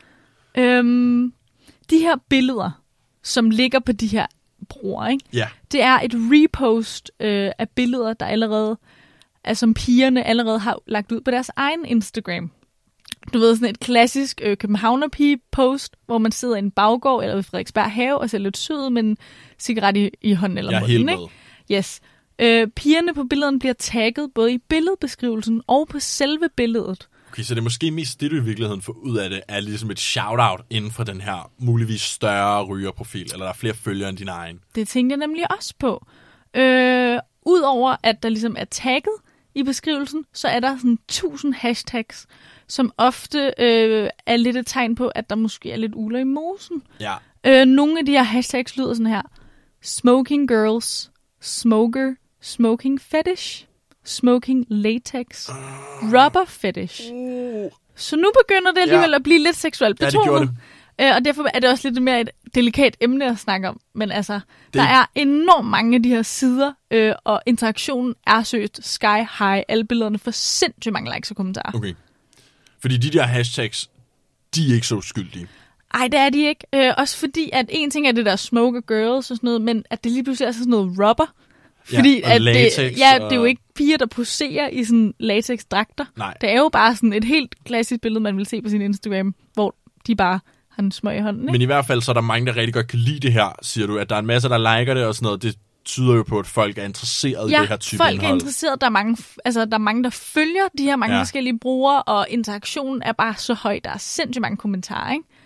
Speaker 1: De her billeder, som ligger på de her brugere, ikke?
Speaker 2: Ja.
Speaker 1: Det er et repost af billeder, der allerede... Altså, som pigerne allerede har lagt ud på deres egen Instagram. Du ved, sådan et klassisk københavner-pige-post, hvor man sidder i en baggård eller ved Frederiksberg Have og ser lidt sød med en cigaret i hånden eller munden, ikke? Yes. Pigerne på billederne bliver tagget både i billedbeskrivelsen og på selve billedet.
Speaker 2: Okay, så det er måske mest det, du i virkeligheden får ud af det, er ligesom et shout-out inden for den her muligvis større rygerprofil, eller der er flere følgere end din egen.
Speaker 1: Det tænkte jeg nemlig også på. Udover at der ligesom er tagget i beskrivelsen, så er der sådan 1000 hashtags, som ofte er lidt et tegn på, at der måske er lidt uler i mosen.
Speaker 2: Ja.
Speaker 1: Nogle af de her hashtags lyder sådan her. Smoking girls, smoker, smoking fetish, smoking latex, rubber fetish. Så nu begynder det alligevel at blive lidt seksuelt betonet.
Speaker 2: Ja, det gjorde det.
Speaker 1: Og derfor er det også lidt mere et delikat emne at snakke om. Men altså, der er enormt mange af de her sider, og interaktionen er søgt sky high. Alle billederne får sindssygt mange likes og kommentarer.
Speaker 2: Okay. Fordi de der hashtags, de er ikke så uskyldige.
Speaker 1: Ej, det er de ikke. Også fordi, at en ting er det der smoker girls og sådan noget, men at det lige pludselig er sådan noget rubber. Fordi
Speaker 2: at latex,
Speaker 1: det er jo ikke piger, der poserer i sådan latex-dragter.
Speaker 2: Nej.
Speaker 1: Det er jo bare sådan et helt klassisk billede, man vil se på sin Instagram, hvor de bare har en smøg i hånden. Ikke?
Speaker 2: Men i hvert fald, så er der mange, der rigtig godt kan lide det her, siger du. At der er en masse, der liker det og sådan noget. Det tyder jo på, at folk er interesseret i det her type indhold. Ja, folk er interesseret. Der er mange, der følger de her mange forskellige brugere, og interaktionen er bare så høj. Der er sindssygt mange kommentarer, ikke?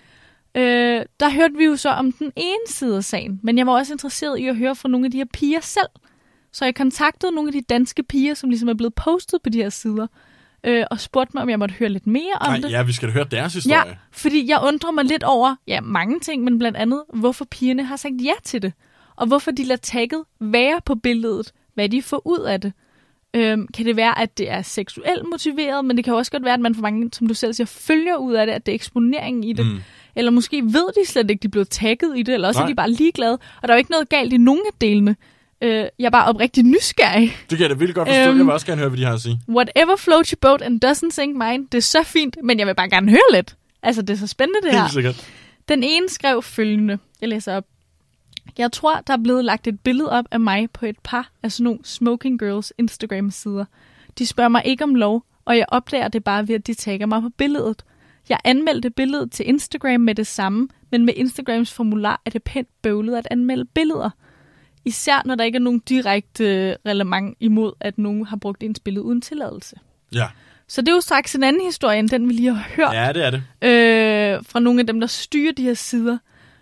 Speaker 1: Der hørte vi jo så om den ene side af sagen, men jeg var også interesseret i at høre fra nogle af de her piger selv. Så jeg kontaktede nogle af de danske piger, som ligesom er blevet postet på de her sider, og spurgte mig, om jeg måtte høre lidt mere om det.
Speaker 2: Ja, vi skal da høre deres historie.
Speaker 1: Ja, fordi jeg undrer mig lidt over, mange ting, men blandt andet, hvorfor pigerne har sagt ja til det, og hvorfor de lader tagget være på billedet, hvad de får ud af det. Kan det være, at det er seksuelt motiveret, men det kan også godt være, at man for mange, som du selv siger, følger ud af det, at det er eksponeringen i det. Eller måske ved de slet ikke, de er blevet tagget i det, eller også er de bare ligeglade. Og der er jo ikke noget galt i nogen af delene. Jeg er bare oprigtig nysgerrig.
Speaker 2: Det kan jeg da virkelig godt forstå. Jeg vil også gerne høre, hvad de har at sige.
Speaker 1: Whatever floats your boat and doesn't sink mine. Det er så fint, men jeg vil bare gerne høre lidt. Altså, det er så spændende, det her.
Speaker 2: Helt sikkert.
Speaker 1: Den ene skrev følgende. Jeg læser op. Jeg tror, der er blevet lagt et billede op af mig på et par af sådan nogle Smoking Girls Instagram-sider. De spørger mig ikke om lov, og jeg opdager det bare ved, at de tagger mig på billedet. Jeg anmeldte billedet til Instagram med det samme, men med Instagrams formular er det pænt bøvlet at anmelde billeder. Især når der ikke er nogen direkte relevant imod, at nogen har brugt ens billede uden tilladelse.
Speaker 2: Ja.
Speaker 1: Så det er jo straks en anden historie, end den vi lige har hørt.
Speaker 2: Ja, det er det.
Speaker 1: Fra nogle af dem, der styrer de her sider.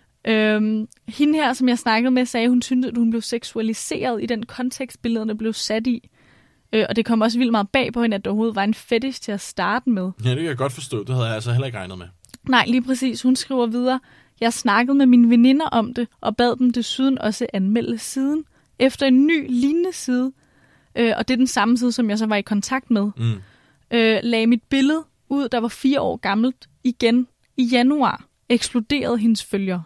Speaker 1: Hende her, som jeg snakkede med, sagde, hun syntes, at hun blev seksualiseret i den kontekst, billederne blev sat i. Og det kom også vildt meget bag på hende, at der overhovedet var en fetish til at starte med.
Speaker 2: Ja, det kan jeg godt forstå. Det havde jeg altså heller ikke regnet med. Nej,
Speaker 1: lige præcis. Hun skriver videre. Jeg snakkede med mine veninder om det, og bad dem desuden også anmelde siden. Efter en ny lignende side, og det er den samme side, som jeg så var i kontakt med, lagde mit billede ud, der var 4 år gammelt, igen i januar. Eksploderede hendes følgere.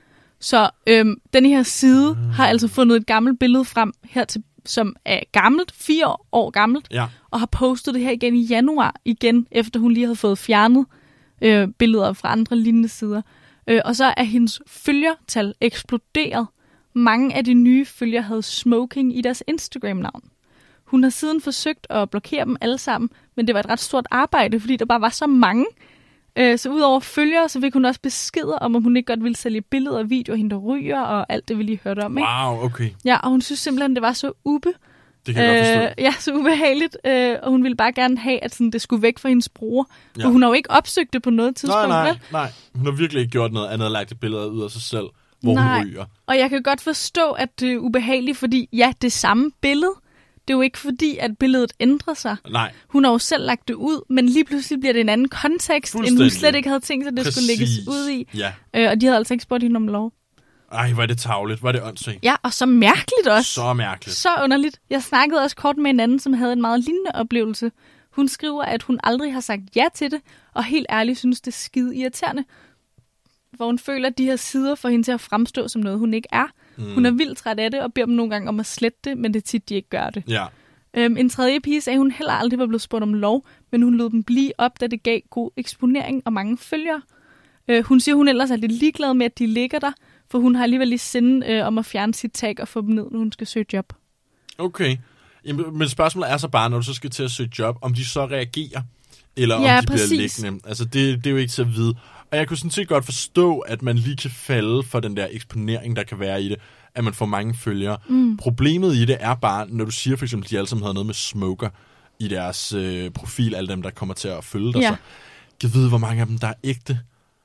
Speaker 1: Så den her side har altså fundet et gammelt billede frem hertil, som er gammelt, 4 år gammelt, og har postet det her igen i januar, igen efter hun lige havde fået fjernet billeder fra andre lignende sider. Og så er hendes følgertal eksploderet. Mange af de nye følgere havde smoking i deres Instagram-navn. Hun har siden forsøgt at blokere dem alle sammen, men det var et ret stort arbejde, fordi der bare var så mange. Så udover følgere, så fik hun også beskeder om hun ikke godt ville sælge billeder og videoer, hende der ryger og alt det, vi lige hørte om. Ikke?
Speaker 2: Wow, okay.
Speaker 1: Ja, og hun synes simpelthen, det var så
Speaker 2: det kan jeg godt forstå.
Speaker 1: Ja, så ubehageligt. Og hun ville bare gerne have, at sådan, det skulle væk fra hendes bror. Ja. Og hun har jo ikke opsøgt det på noget tidspunkt.
Speaker 2: Nej. Hun har virkelig ikke gjort noget andet end lagt et billede ud af sig selv, hvor hun ryger.
Speaker 1: Og jeg kan godt forstå, at det er ubehageligt, fordi ja, det samme billede. Det er jo ikke fordi, at billedet ændrer sig.
Speaker 2: Nej.
Speaker 1: Hun har jo selv lagt det ud, men lige pludselig bliver det en anden kontekst, end hun slet ikke havde tænkt sig, at det skulle lægges ud i.
Speaker 2: Ja.
Speaker 1: Og de havde altså ikke spurgt hende om lov.
Speaker 2: Ej, hvor er det tarveligt. Hvor er det åndssvagt.
Speaker 1: Ja, og så mærkeligt også.
Speaker 2: Så mærkeligt.
Speaker 1: Så underligt. Jeg snakkede også kort med en anden, som havde en meget lignende oplevelse. Hun skriver, at hun aldrig har sagt ja til det, og helt ærligt synes, det er skide irriterende. Hvor hun føler, at de her sider får hende til at fremstå som noget, hun ikke er. Hun er vildt træt af det, og beder dem nogle gange om at slette det, men det er tit, de ikke gør det.
Speaker 2: Ja.
Speaker 1: En tredje pige sagde, at hun heller aldrig var blevet spurgt om lov, men hun lod dem blive op, da det gav god eksponering og mange følgere. Hun siger, hun ellers er lidt ligeglad med, at de ligger der, for hun har alligevel lige sinde om at fjerne sit tag og få dem ned, når hun skal søge job.
Speaker 2: Okay. Men spørgsmålet er så bare, når du så skal til at søge job, om de så reagerer, eller om de bliver liggende. Altså, det er jo ikke så at vide. Og jeg kunne sådan set godt forstå, at man lige kan falde for den der eksponering, der kan være i det, at man får mange følgere. Problemet i det er bare, når du siger for eksempel, at de alle sammen havde noget med smoker i deres profil, alle dem, der kommer til at følge dig, så kan vide, hvor mange af dem, der er ægte.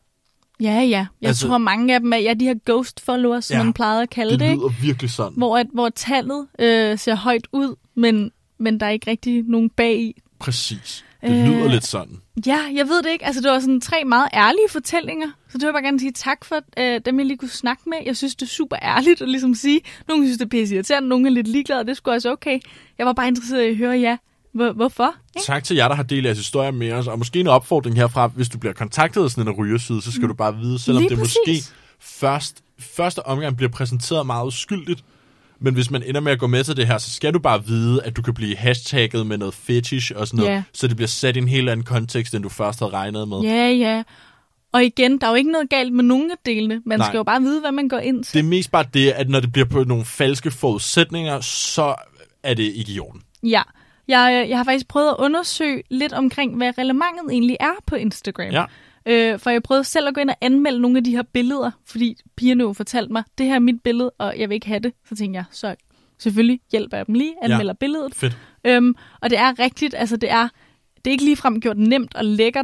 Speaker 1: Ja. Jeg tror, mange af dem er de her ghost followers, som man plejede at kalde det.
Speaker 2: Det lyder virkelig sådan.
Speaker 1: Hvor tallet ser højt ud, men der er ikke rigtig nogen bag i.
Speaker 2: Præcis. Det lyder lidt sådan.
Speaker 1: Ja, jeg ved det ikke. Altså, det var sådan 3 meget ærlige fortællinger. Så det vil jeg bare gerne sige tak for dem, jeg lige kunne snakke med. Jeg synes, det er super ærligt at ligesom sige. Nogle synes, det er pisse irriterende, nogle er lidt ligeglade, og det er sgu også okay. Jeg var bare interesseret i at høre hvorfor. Ikke?
Speaker 2: Tak til jer, der har delt jeres historier med os. Og måske en opfordring herfra, hvis du bliver kontaktet af sådan en rygerside, så skal du bare vide, selvom lige det præcis. Måske første omgang bliver præsenteret meget uskyldigt. Men hvis man ender med at gå med til det her, så skal du bare vide, at du kan blive hashtagget med noget fetish og sådan noget, så det bliver sat i en helt anden kontekst, end du først havde regnet med.
Speaker 1: Ja. Og igen, der er jo ikke noget galt med nogen af delene. Man skal jo bare vide, hvad man går ind til.
Speaker 2: Det er mest bare det, at når det bliver på nogle falske forudsætninger, så er det ikke i orden.
Speaker 1: Ja. Jeg har faktisk prøvet at undersøge lidt omkring, hvad relevantet egentlig er på Instagram.
Speaker 2: Ja.
Speaker 1: For jeg prøvede selv at gå ind og anmelde nogle af de her billeder, fordi pigerne jo fortalte mig, det her er mit billede, og jeg vil ikke have det. Så tænkte jeg, så selvfølgelig hjælper jeg dem lige, anmelder billedet.
Speaker 2: Fedt.
Speaker 1: Og det er rigtigt, altså det er ikke ligefrem gjort nemt og lækkert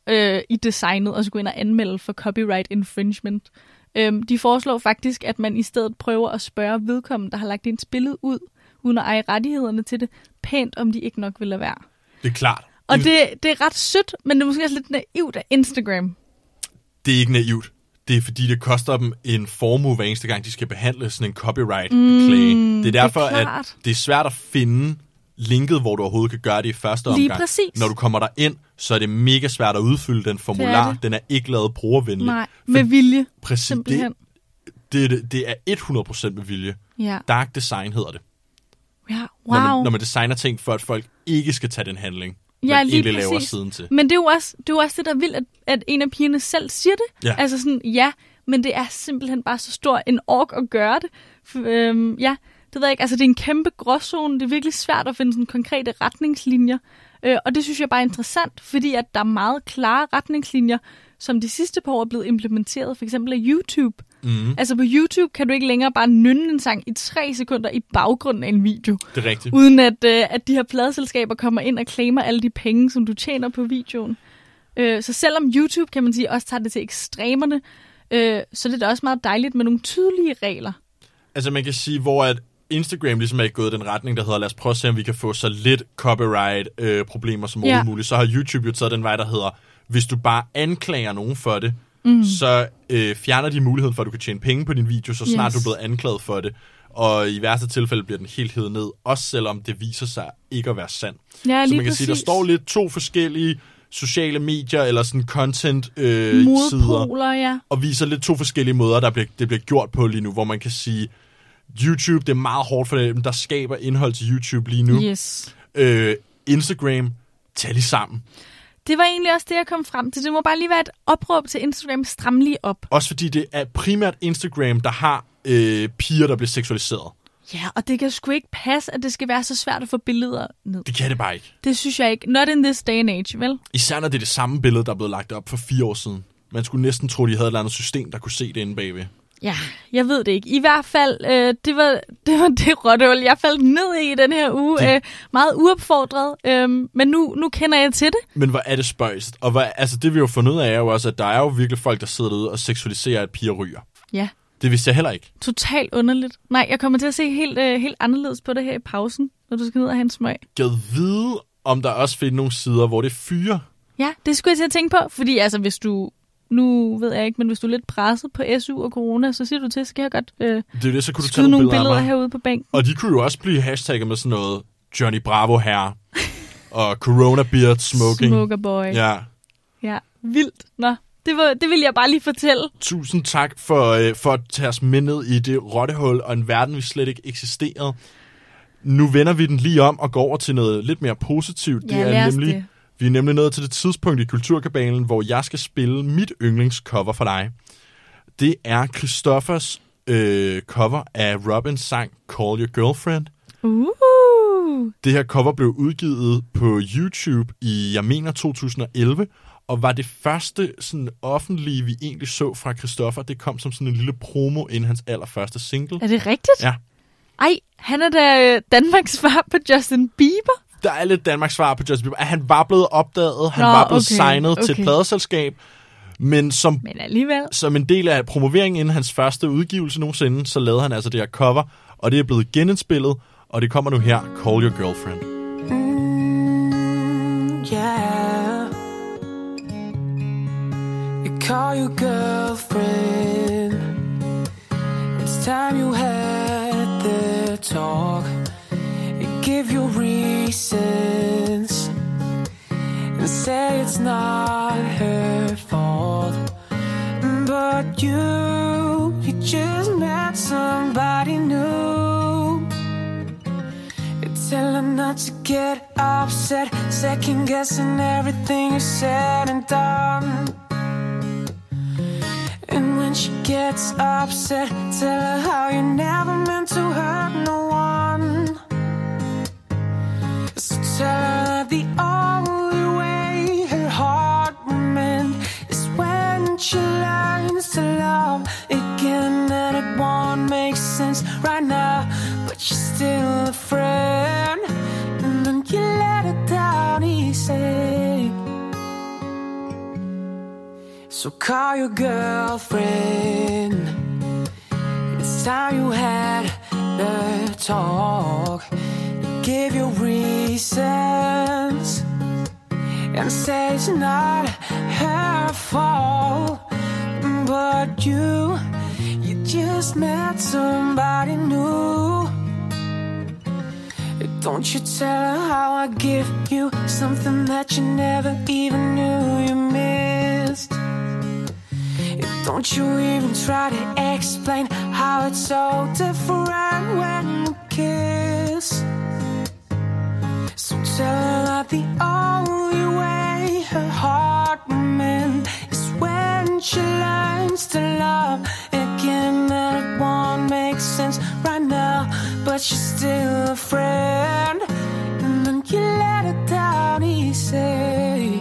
Speaker 1: i designet og skulle ind og anmelde for copyright infringement. De foreslår faktisk, at man i stedet prøver at spørge vedkommende, der har lagt ens billede ud, uden at eje rettighederne til det, pænt om de ikke nok vil lade være.
Speaker 2: Det er klart.
Speaker 1: Og det er ret sødt, men det er måske også lidt naivt af Instagram.
Speaker 2: Det er ikke naivt. Det er fordi, det koster dem en formue hver eneste gang, de skal behandle sådan en copyright-klage. Det er derfor, at det er svært at finde linket, hvor du overhovedet kan gøre det i første omgang.
Speaker 1: Lige præcis.
Speaker 2: Når du kommer der ind, så er det mega svært at udfylde den formular. Den er ikke lavet brugervenlig.
Speaker 1: Nej, med vilje.
Speaker 2: Præcis.
Speaker 1: Simpelthen.
Speaker 2: Det er 100% med vilje.
Speaker 1: Ja.
Speaker 2: Dark design hedder det.
Speaker 1: Ja, wow.
Speaker 2: Når man designer ting for, at folk ikke skal tage den handling,
Speaker 1: man
Speaker 2: egentlig laver siden til.
Speaker 1: Men det er jo også det, der er vildt, at en af pigerne selv siger det.
Speaker 2: Ja.
Speaker 1: Altså sådan, men det er simpelthen bare så stor en ork at gøre det. Det ved jeg ikke. Altså, det er en kæmpe gråzone. Det er virkelig svært at finde sådan konkrete retningslinjer. Og det synes jeg bare er interessant, fordi at der er meget klare retningslinjer, som de sidste par år er blevet implementeret, for eksempel af YouTube. Altså på YouTube kan du ikke længere bare nynne en sang i 3 sekunder i baggrunden af en video.
Speaker 2: Det er rigtigt.
Speaker 1: Uden at de her pladeselskaber kommer ind og claimer alle de penge, som du tjener på videoen. Så selvom YouTube, kan man sige, også tager det til ekstremerne, så det er da også meget dejligt med nogle tydelige regler.
Speaker 2: Altså man kan sige, hvor at Instagram ligesom er gået den retning, der hedder, lad os prøve at se, om vi kan få så lidt copyright-problemer som overhovedet muligt. Så har YouTube jo taget den vej, der hedder, hvis du bare anklager nogen for det, så fjerner de muligheden for, at du kan tjene penge på din video, så snart du er blevet anklaget for det. Og i værste tilfælde bliver den helt hævet ned, også selvom det viser sig ikke at være sandt.
Speaker 1: Ja,
Speaker 2: så man kan sige, der står lidt 2 forskellige sociale medier, eller sådan content-sider, og viser lidt 2 forskellige måder, det bliver gjort på lige nu, hvor man kan sige, YouTube, det er meget hårdt for dem, der skaber indhold til YouTube lige nu.
Speaker 1: Yes.
Speaker 2: Instagram, tag lige sammen.
Speaker 1: Det var egentlig også det, jeg kom frem til. Det må bare lige være et opråb til Instagram, stram lige op.
Speaker 2: Også fordi det er primært Instagram, der har piger, der bliver seksualiseret.
Speaker 1: Ja, og det kan sgu ikke passe, at det skal være så svært at få billeder ned.
Speaker 2: Det kan det bare ikke.
Speaker 1: Det synes jeg ikke. Not in this day and age, vel?
Speaker 2: Især når det er det samme billede, der er blevet lagt op for 4 år siden. Man skulle næsten tro, de havde et eller andet system, der kunne se det inde bagved.
Speaker 1: Ja, jeg ved det ikke. I hvert fald, det var det rottehul, jeg faldt ned i den her uge. Meget uopfordret, men nu kender jeg til det.
Speaker 2: Men hvor er det spøjst? Og det vi jo fundet ud af er jo også, at der er jo virkelig folk, der sidder derude og seksualiserer, at piger ryger.
Speaker 1: Ja.
Speaker 2: Det vidste jeg heller ikke.
Speaker 1: Totalt underligt. Nej, jeg kommer til at se helt anderledes på det her i pausen, når du skal ned og have en smøg.
Speaker 2: Gad vide, om der også findes nogle sider, hvor det fyre.
Speaker 1: Ja, det skulle jeg til at tænke på, fordi altså hvis du... Nu ved jeg ikke, men hvis du er lidt presset på SU og corona, så siger du til, så kan jeg godt
Speaker 2: så kunne du tage nogle
Speaker 1: billeder herude på bænken.
Speaker 2: Og de kunne jo også blive hashtagget med sådan noget Johnny Bravo her og Corona Beard Smoking.
Speaker 1: Smoker boy.
Speaker 2: Ja.
Speaker 1: Ja, vildt. Nå, det vil jeg bare lige fortælle.
Speaker 2: Tusind tak for at tage os med ned i det rottehul og en verden, vi slet ikke eksisterede. Nu vender vi den lige om og går over til noget lidt mere positivt.
Speaker 1: Ja, det er nemlig... Det.
Speaker 2: Vi er nemlig nået til det tidspunkt i Kulturkabalen, hvor jeg skal spille mit yndlingscover for dig. Det er Christoffers cover af Robins sang Call Your Girlfriend. Det her cover blev udgivet på YouTube i, jeg mener, 2011, og var det første sådan offentlige, vi egentlig så fra Christoffer. Det kom som sådan en lille promo inden hans allerførste single.
Speaker 1: Er det rigtigt?
Speaker 2: Ja.
Speaker 1: Ej, han er da Danmarks svar på Justin Bieber.
Speaker 2: Der er lidt Danmarks svar på Justin Bieber. Han var blevet opdaget, han var blevet signet til et pladeselskab, men
Speaker 1: alligevel.
Speaker 2: Som en del af promoveringen inden hans første udgivelse nogensinde, så lavede han altså det her cover, og det er blevet genindspillet, og det kommer nu her, Call Your Girlfriend.
Speaker 5: Yeah. You call your girlfriend. It's time you had the talk. Give your reasons and say it's not her fault. But you just met somebody new. You tell her not to get upset, second guessing everything you said and done. And when she gets upset, tell her how you never meant to hurt no one. So tell her that the only way her heart will mend is when she learns to love again. And it won't make sense right now, but she's still a friend. And then you let her down easy. So call your girlfriend. It's time you had the talk. Give your reasons and say it's not her fault. But you just met somebody new. Don't you tell her how I give you something that you never even knew you missed. Don't you even try to explain how it's so different when you kiss. So tell her that the only way her heart will mend is when she learns to love again. That it won't make sense right now, but she's still a friend. And then you let her down easy.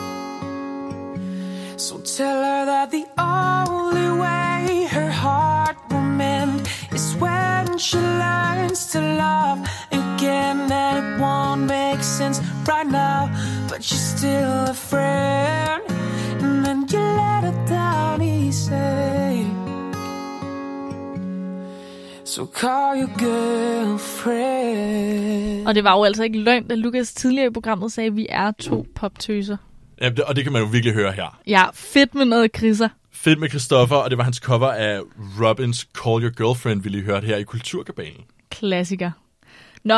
Speaker 5: So tell her that the only way her heart will mend is when she learns to love again. That it won't make sense right now, but she's still a friend. And then you let her down easy. So call your girlfriend.
Speaker 1: Og det var jo altså ikke løgn, da Lukas tidligere i programmet sagde, at vi er 2 poptøser.
Speaker 2: Ja, og det kan man jo virkelig høre her.
Speaker 1: Ja, fedt med noget Chrisser.
Speaker 2: Fedt med Christoffer, og det var hans cover af Robins Call Your Girlfriend, vi lige hørte her i Kulturkabalen.
Speaker 1: Klassiker. Nå,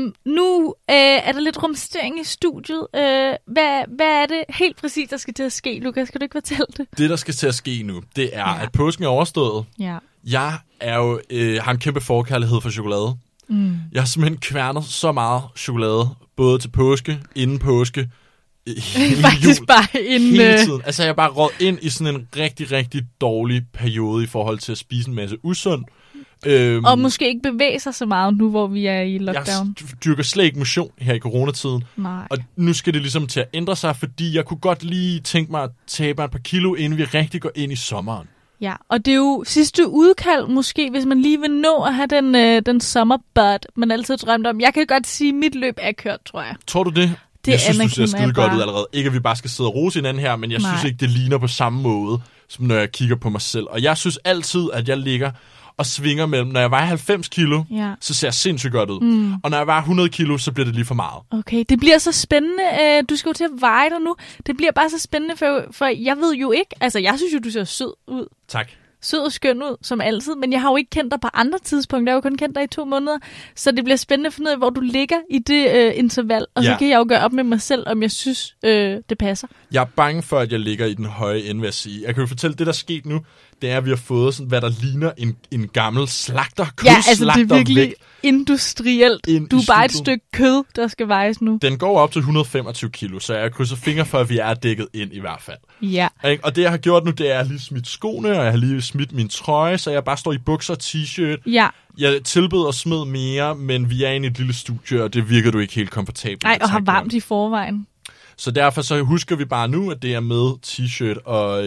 Speaker 1: nu er der lidt rumstering i studiet. Hvad er det helt præcis, der skal til at ske, Lukas? Kan du ikke fortælle det?
Speaker 2: Det, der skal til at ske nu, det er, at påsken er overstået.
Speaker 1: Ja.
Speaker 2: Jeg er jo, har en kæmpe forkærlighed for chokolade. Jeg har simpelthen kværnet så meget chokolade, både til påske, inden påske,
Speaker 1: faktisk
Speaker 2: jul,
Speaker 1: bare
Speaker 2: hele tiden. Altså, jeg er bare råd ind i sådan en rigtig, rigtig dårlig periode i forhold til at spise en masse usund.
Speaker 1: Og måske ikke bevæge sig så meget nu, hvor vi er i lockdown.
Speaker 2: Jeg dyrker slet ikke motion her i coronatiden.
Speaker 1: Nej.
Speaker 2: Og nu skal det ligesom til at ændre sig, fordi jeg kunne godt lige tænke mig at tabe et par kilo, inden vi rigtig går ind i sommeren.
Speaker 1: Ja, og det er jo sidste udkald måske, hvis man lige vil nå at have den sommerbud, man altid drømte om. Jeg kan godt sige, at mit løb er kørt, tror jeg.
Speaker 2: Tror du det? Jeg synes, du ser skide godt ud allerede. Ikke, at vi bare skal sidde og rose hinanden her, men jeg synes ikke, det ligner på samme måde, som når jeg kigger på mig selv. Og jeg synes altid, at jeg ligger og svinger mellem, når jeg vejer 90 kilo, så ser jeg sindssygt godt ud. Og når jeg vejer 100 kilo, så bliver det lige for meget.
Speaker 1: Okay, det bliver så spændende. Du skal jo til at veje dig nu. Det bliver bare så spændende, for jeg ved jo ikke, altså jeg synes jo, du ser sød ud.
Speaker 2: Tak.
Speaker 1: Sød og skøn ud, som altid, men jeg har jo ikke kendt dig på andre tidspunkter. Jeg har jo kun kendt dig i 2 måneder, så det bliver spændende at finde ud af, hvor du ligger i det interval, og så kan jeg jo gøre op med mig selv, om jeg synes, det passer. Jeg
Speaker 2: er bange for, at jeg ligger i den høje ende, vil jeg sige. Jeg kan jo fortælle, det der er sket nu, det er, at vi har fået sådan, hvad der ligner en gammel slagter,
Speaker 1: kødslagter. Ja, altså det er virkelig industrielt. Du er bare et stykke kød, der skal vejes nu.
Speaker 2: Den går op til 125 kilo, så jeg krydser fingre for, at vi er dækket ind i hvert fald.
Speaker 1: Ja.
Speaker 2: Og det, jeg har gjort nu, det er, at jeg har lige smidt skoene, og jeg har lige smidt min trøje, så jeg bare står i bukser og t-shirt.
Speaker 1: Ja.
Speaker 2: Jeg tilbød at smide mere, men vi er inde i et lille studie, og det virker du ikke helt komfortabelt.
Speaker 1: Nej, og har varmt i forvejen.
Speaker 2: Så derfor så husker vi bare nu, at det er med t-shirt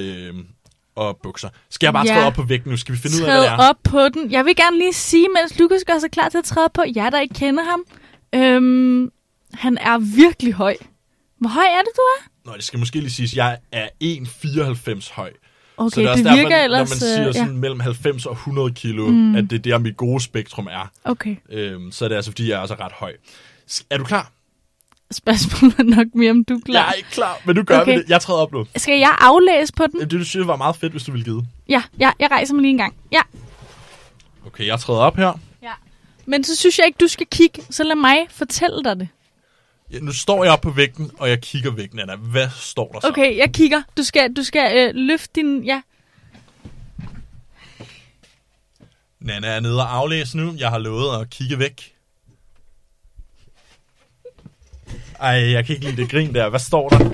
Speaker 2: og bukser. Skal jeg bare træde op på vægten nu? Skal vi finde ud af, hvad det er?
Speaker 1: Træde op på den. Jeg vil gerne lige sige, mens Lukas gør sig klar til at træde på, jeg der ikke kender ham. Han er virkelig høj. Hvor høj er det, du er?
Speaker 2: Nå, det skal måske lige siges. Jeg er 1,94 høj.
Speaker 1: Okay,
Speaker 2: så det, er også
Speaker 1: det
Speaker 2: derfor,
Speaker 1: virker ellers...
Speaker 2: Når man siger sådan mellem 90 og 100 kilo, at det er der, mit gode spektrum er.
Speaker 1: Okay.
Speaker 2: Så er det altså, fordi jeg er også ret høj. Er du klar?
Speaker 1: Spørgsmålet er nok mere, om du er klar.
Speaker 2: Jeg er ikke klar, men nu gør vi det. Jeg træder op nu.
Speaker 1: Skal jeg aflæse på den?
Speaker 2: Det, du synes, var meget fedt, hvis du ville give.
Speaker 1: Ja, jeg rejser mig lige en gang. Ja.
Speaker 2: Okay, jeg træder op her.
Speaker 1: Ja. Men så synes jeg ikke, du skal kigge, så lad mig fortælle dig det.
Speaker 2: Ja, nu står jeg op på vægten, og jeg kigger væk, Nana. Hvad står der så?
Speaker 1: Okay, jeg kigger. Du skal løfte din... Ja.
Speaker 2: Nana er nede og aflæse nu. Jeg har lovet at kigge væk. Ej, jeg kan ikke lide det grin der. Hvad står der?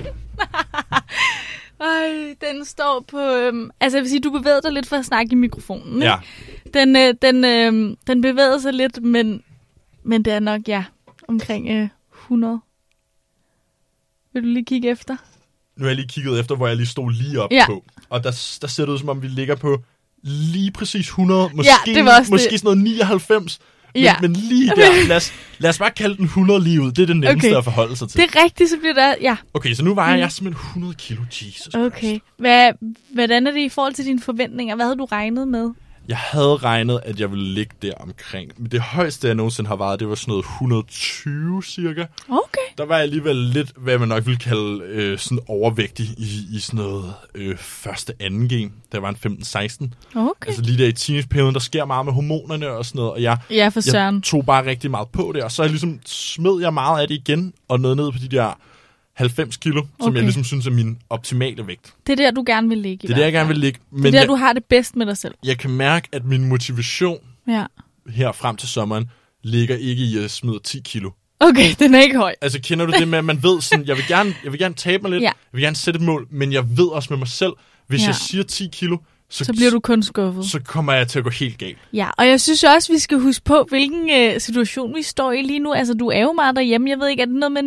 Speaker 1: Ej, den står på... altså, jeg vil sige, du bevæger dig lidt for at snakke i mikrofonen.
Speaker 2: Ja.
Speaker 1: Den bevæger sig lidt, men det er nok, omkring 100. Vil du lige kigge efter?
Speaker 2: Nu har jeg lige kigget efter, hvor jeg lige stod lige op på. Og der ser det ud, som om vi ligger på lige præcis 100. Måske,
Speaker 1: det var også
Speaker 2: måske sådan noget 99.
Speaker 1: Ja.
Speaker 2: Men lige der, lad os bare kalde den 100 lige ud. Det er det nemmeste at forholde sig til.
Speaker 1: Det er rigtigt, så bliver der, ja.
Speaker 2: Okay, så nu vejer jeg simpelthen 100 kilo. Jesus
Speaker 1: Okay. Hvordan er det i forhold til dine forventninger? Hvad havde du regnet med?
Speaker 2: Jeg havde regnet, at jeg ville ligge der omkring. Men det højeste, jeg nogensinde har vejet, det var sådan noget 120 cirka.
Speaker 1: Okay.
Speaker 2: Der var jeg alligevel lidt, hvad man nok ville kalde sådan overvægtig i sådan noget første, anden G. Der var en 15-16.
Speaker 1: Okay.
Speaker 2: Altså lige der i teenageperioden, der sker meget med hormonerne og sådan noget. Og jeg tog bare rigtig meget på det. Og så ligesom smed jeg meget af det igen, og nåede ned på de der 90 kilo, som jeg ligesom synes er min optimale vægt.
Speaker 1: Det er der, du gerne vil ligge.
Speaker 2: Det er der, jeg gerne vil ligge.
Speaker 1: Men det er der, du har det bedst med dig selv.
Speaker 2: Jeg kan mærke, at min motivation her frem til sommeren ligger ikke i at smide 10 kilo.
Speaker 1: Okay, den er ikke høj.
Speaker 2: Altså, kender du det med, at man ved sådan, jeg vil gerne tabe mig lidt, jeg vil gerne sætte et mål, men jeg ved også med mig selv, hvis jeg siger 10 kilo, så bliver du kun skuffet. Så kommer jeg til at gå helt galt. Ja,
Speaker 1: og jeg synes også, vi skal huske på, hvilken situation vi står i lige nu. Altså, du er jo meget derhjemme. Jeg ved ikke, er det noget med,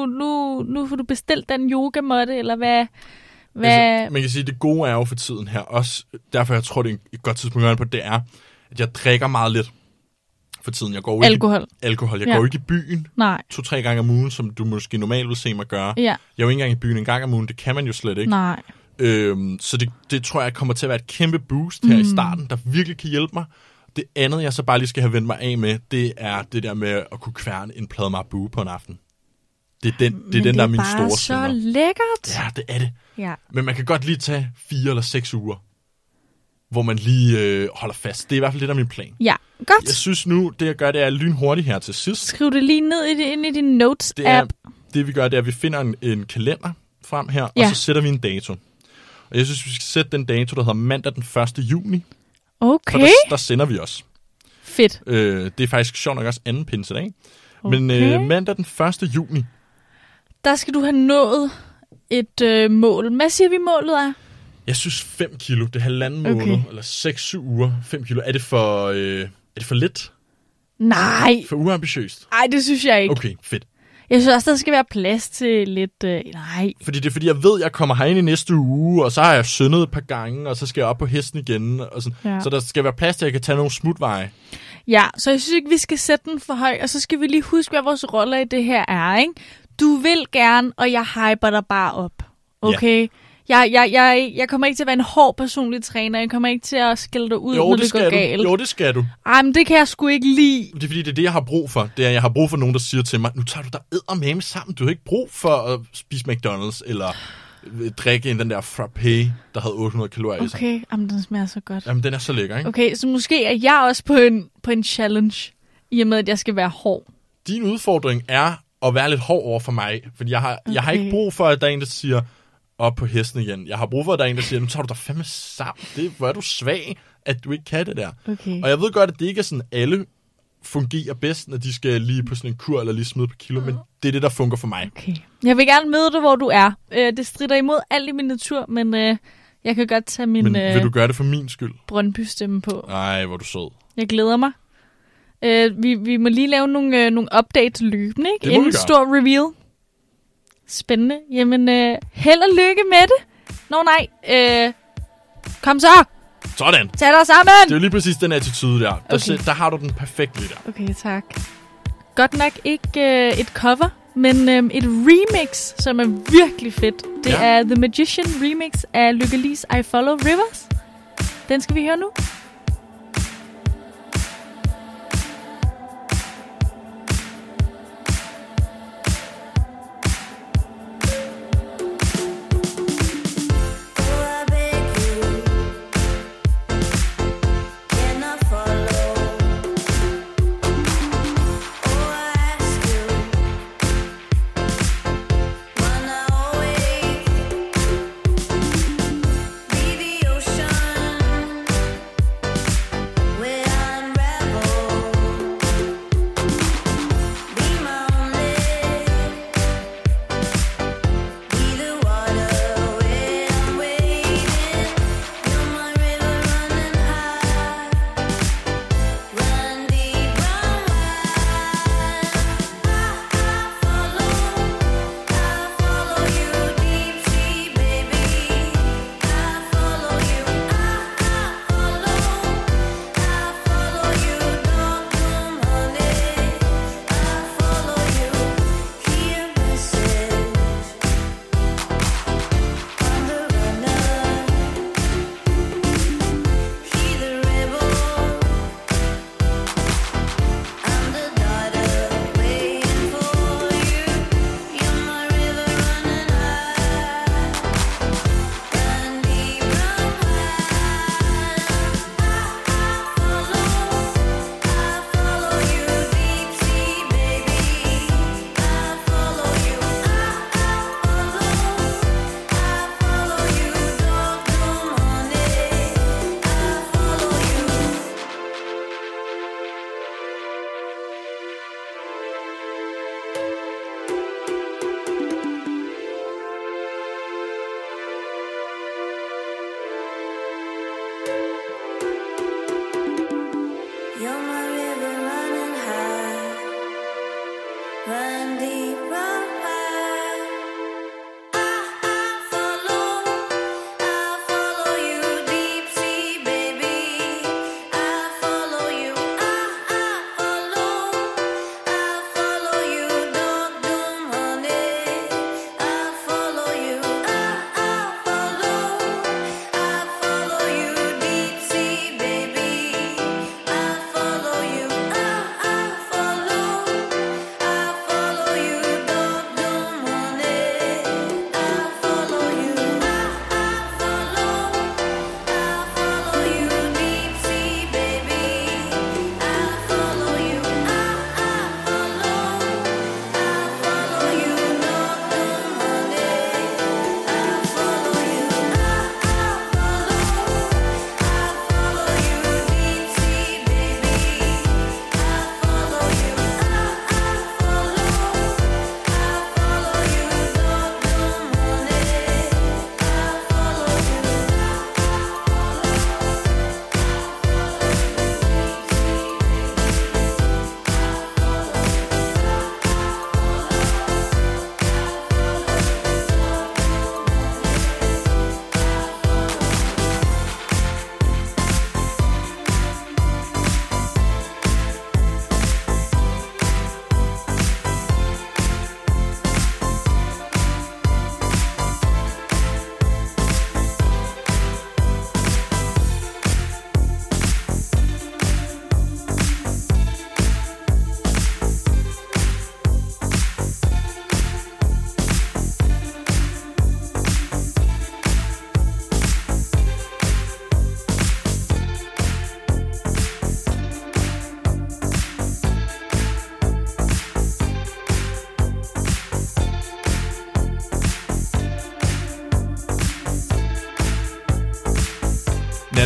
Speaker 1: nu får du bestilt den yogamåtte, eller hvad?
Speaker 2: Altså, man kan sige, at det gode er jo for tiden her. Også derfor, jeg tror, det er et godt tidspunkt at gøre på, det er, at jeg drikker meget lidt for tiden. Jeg går
Speaker 1: alkohol.
Speaker 2: Jeg går ikke i byen 2-3 gange om ugen, som du måske normalt vil se mig gøre. Ja. Jeg er jo ikke engang i byen en gang om ugen. Det kan man jo slet ikke.
Speaker 1: Nej.
Speaker 2: Så det tror jeg kommer til at være et kæmpe boost her i starten, der virkelig kan hjælpe mig. Det andet, jeg så bare lige skal have vendt mig af med, det er det der med at kunne kværne en plade Marabu på en aften. Det er den, der er min store synder.
Speaker 1: Det er så lækkert.
Speaker 2: Ja, det er det. Ja. Men man kan godt lige tage 4 eller 6 uger, hvor man lige holder fast. Det er i hvert fald det, der er min plan.
Speaker 1: Ja, godt.
Speaker 2: Jeg synes nu, det jeg gør, det er lynhurtigt her til sidst.
Speaker 1: Skriv det lige ned ind i din Notes-app.
Speaker 2: Det vi gør, det er, at vi finder en kalender frem her, og så sætter vi en dato. Og jeg synes, vi skal sætte den dato, der hedder mandag den 1. juni.
Speaker 1: Okay.
Speaker 2: For der sender vi også.
Speaker 1: Fedt.
Speaker 2: Det er faktisk sjovt nok også anden pinsedag. Okay. Men mandag den 1. juni. Der
Speaker 1: skal du have nået et mål. Hvad siger vi målet er?
Speaker 2: Jeg synes 5 kilo. Det er halvanden måned, eller 6-7 uger. 5 kilo. Er det for lidt?
Speaker 1: Nej.
Speaker 2: For uambitiøst?
Speaker 1: Nej, det synes jeg ikke.
Speaker 2: Okay, fedt.
Speaker 1: Jeg synes også, der skal være plads til lidt... nej.
Speaker 2: Fordi det er fordi, jeg ved, at jeg kommer herind i næste uge, og så har jeg syndet et par gange, og så skal jeg op på hesten igen. Og sådan. Ja. Så der skal være plads til, at jeg kan tage nogle smutveje. Ja, så jeg synes ikke, vi skal sætte den for høj, og så skal vi lige huske, hvad vores roller i det her er, ikke? Du vil gerne, og jeg hyper dig bare op. Okay? Ja. Jeg kommer ikke til at være en hård personlig træner. Jeg kommer ikke til at skælde dig ud, når det går galt. Jo, det skal du.
Speaker 1: Ej, men det kan jeg sgu ikke lide.
Speaker 2: Det er fordi, det er det, jeg har brug for. Det er, jeg har brug for nogen, der siger til mig, nu tager du dig eddermame sammen. Du har ikke brug for at spise McDonald's, eller drikke den der frappé, der havde 800 kalorier i sig.
Speaker 1: Okay, jamen den smager så godt.
Speaker 2: Jamen, den er så lækker, ikke?
Speaker 1: Okay, så måske er jeg også på en challenge, i og med, at jeg skal være hård.
Speaker 2: Din udfordring er at være lidt hård over for mig, fordi jeg har ikke brug for, at der er en, der siger, op på hesten igen. Jeg har brug for, at der er en, der siger, nu tager du dig fandme sammen. Hvor er du svag, at du ikke kan det der. Okay. Og jeg ved godt, at det ikke er sådan, alle fungerer bedst, når de skal lige på sådan en kur, eller lige smide på kilo, men det er det, der fungerer for mig.
Speaker 1: Okay. Jeg vil gerne møde dig, hvor du er. Det strider imod alt i min natur, men jeg kan godt tage min...
Speaker 2: Men vil du gøre det for min skyld?
Speaker 1: Brøndby-stemme på.
Speaker 2: Nej, hvor er du sød.
Speaker 1: Jeg glæder mig. Vi må lige lave nogle updates løbende, ikke?
Speaker 2: Det må vi gøre.
Speaker 1: Stor reveal. Spændende. Jamen, held og lykke med det. Nej. Kom så.
Speaker 2: Sådan.
Speaker 1: Tag dig sammen.
Speaker 2: Det er jo lige præcis den attitude der. Okay. Der har du den perfekte der.
Speaker 1: Okay, tak. Godt nok ikke et cover, men et remix, som er virkelig fedt. Det er The Magician remix af Lykke Li's I Follow Rivers. Den skal vi høre nu.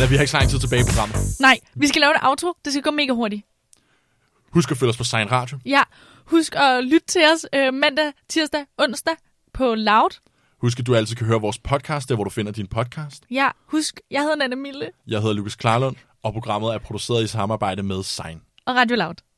Speaker 2: Nana, vi har ikke så lang tid tilbage i programmet.
Speaker 1: Nej, vi skal lave et outro. Det skal gå mega hurtigt.
Speaker 2: Husk at følge os på Sign Radio.
Speaker 1: Ja, husk at lytte til os mandag, tirsdag, onsdag på Loud.
Speaker 2: Husk, at du altid kan høre vores podcast, der hvor du finder din podcast.
Speaker 1: Ja, husk, jeg hedder Nana Mille.
Speaker 2: Jeg hedder Lukas Klarlund, og programmet er produceret i samarbejde med Sign.
Speaker 1: Og Radio Loud.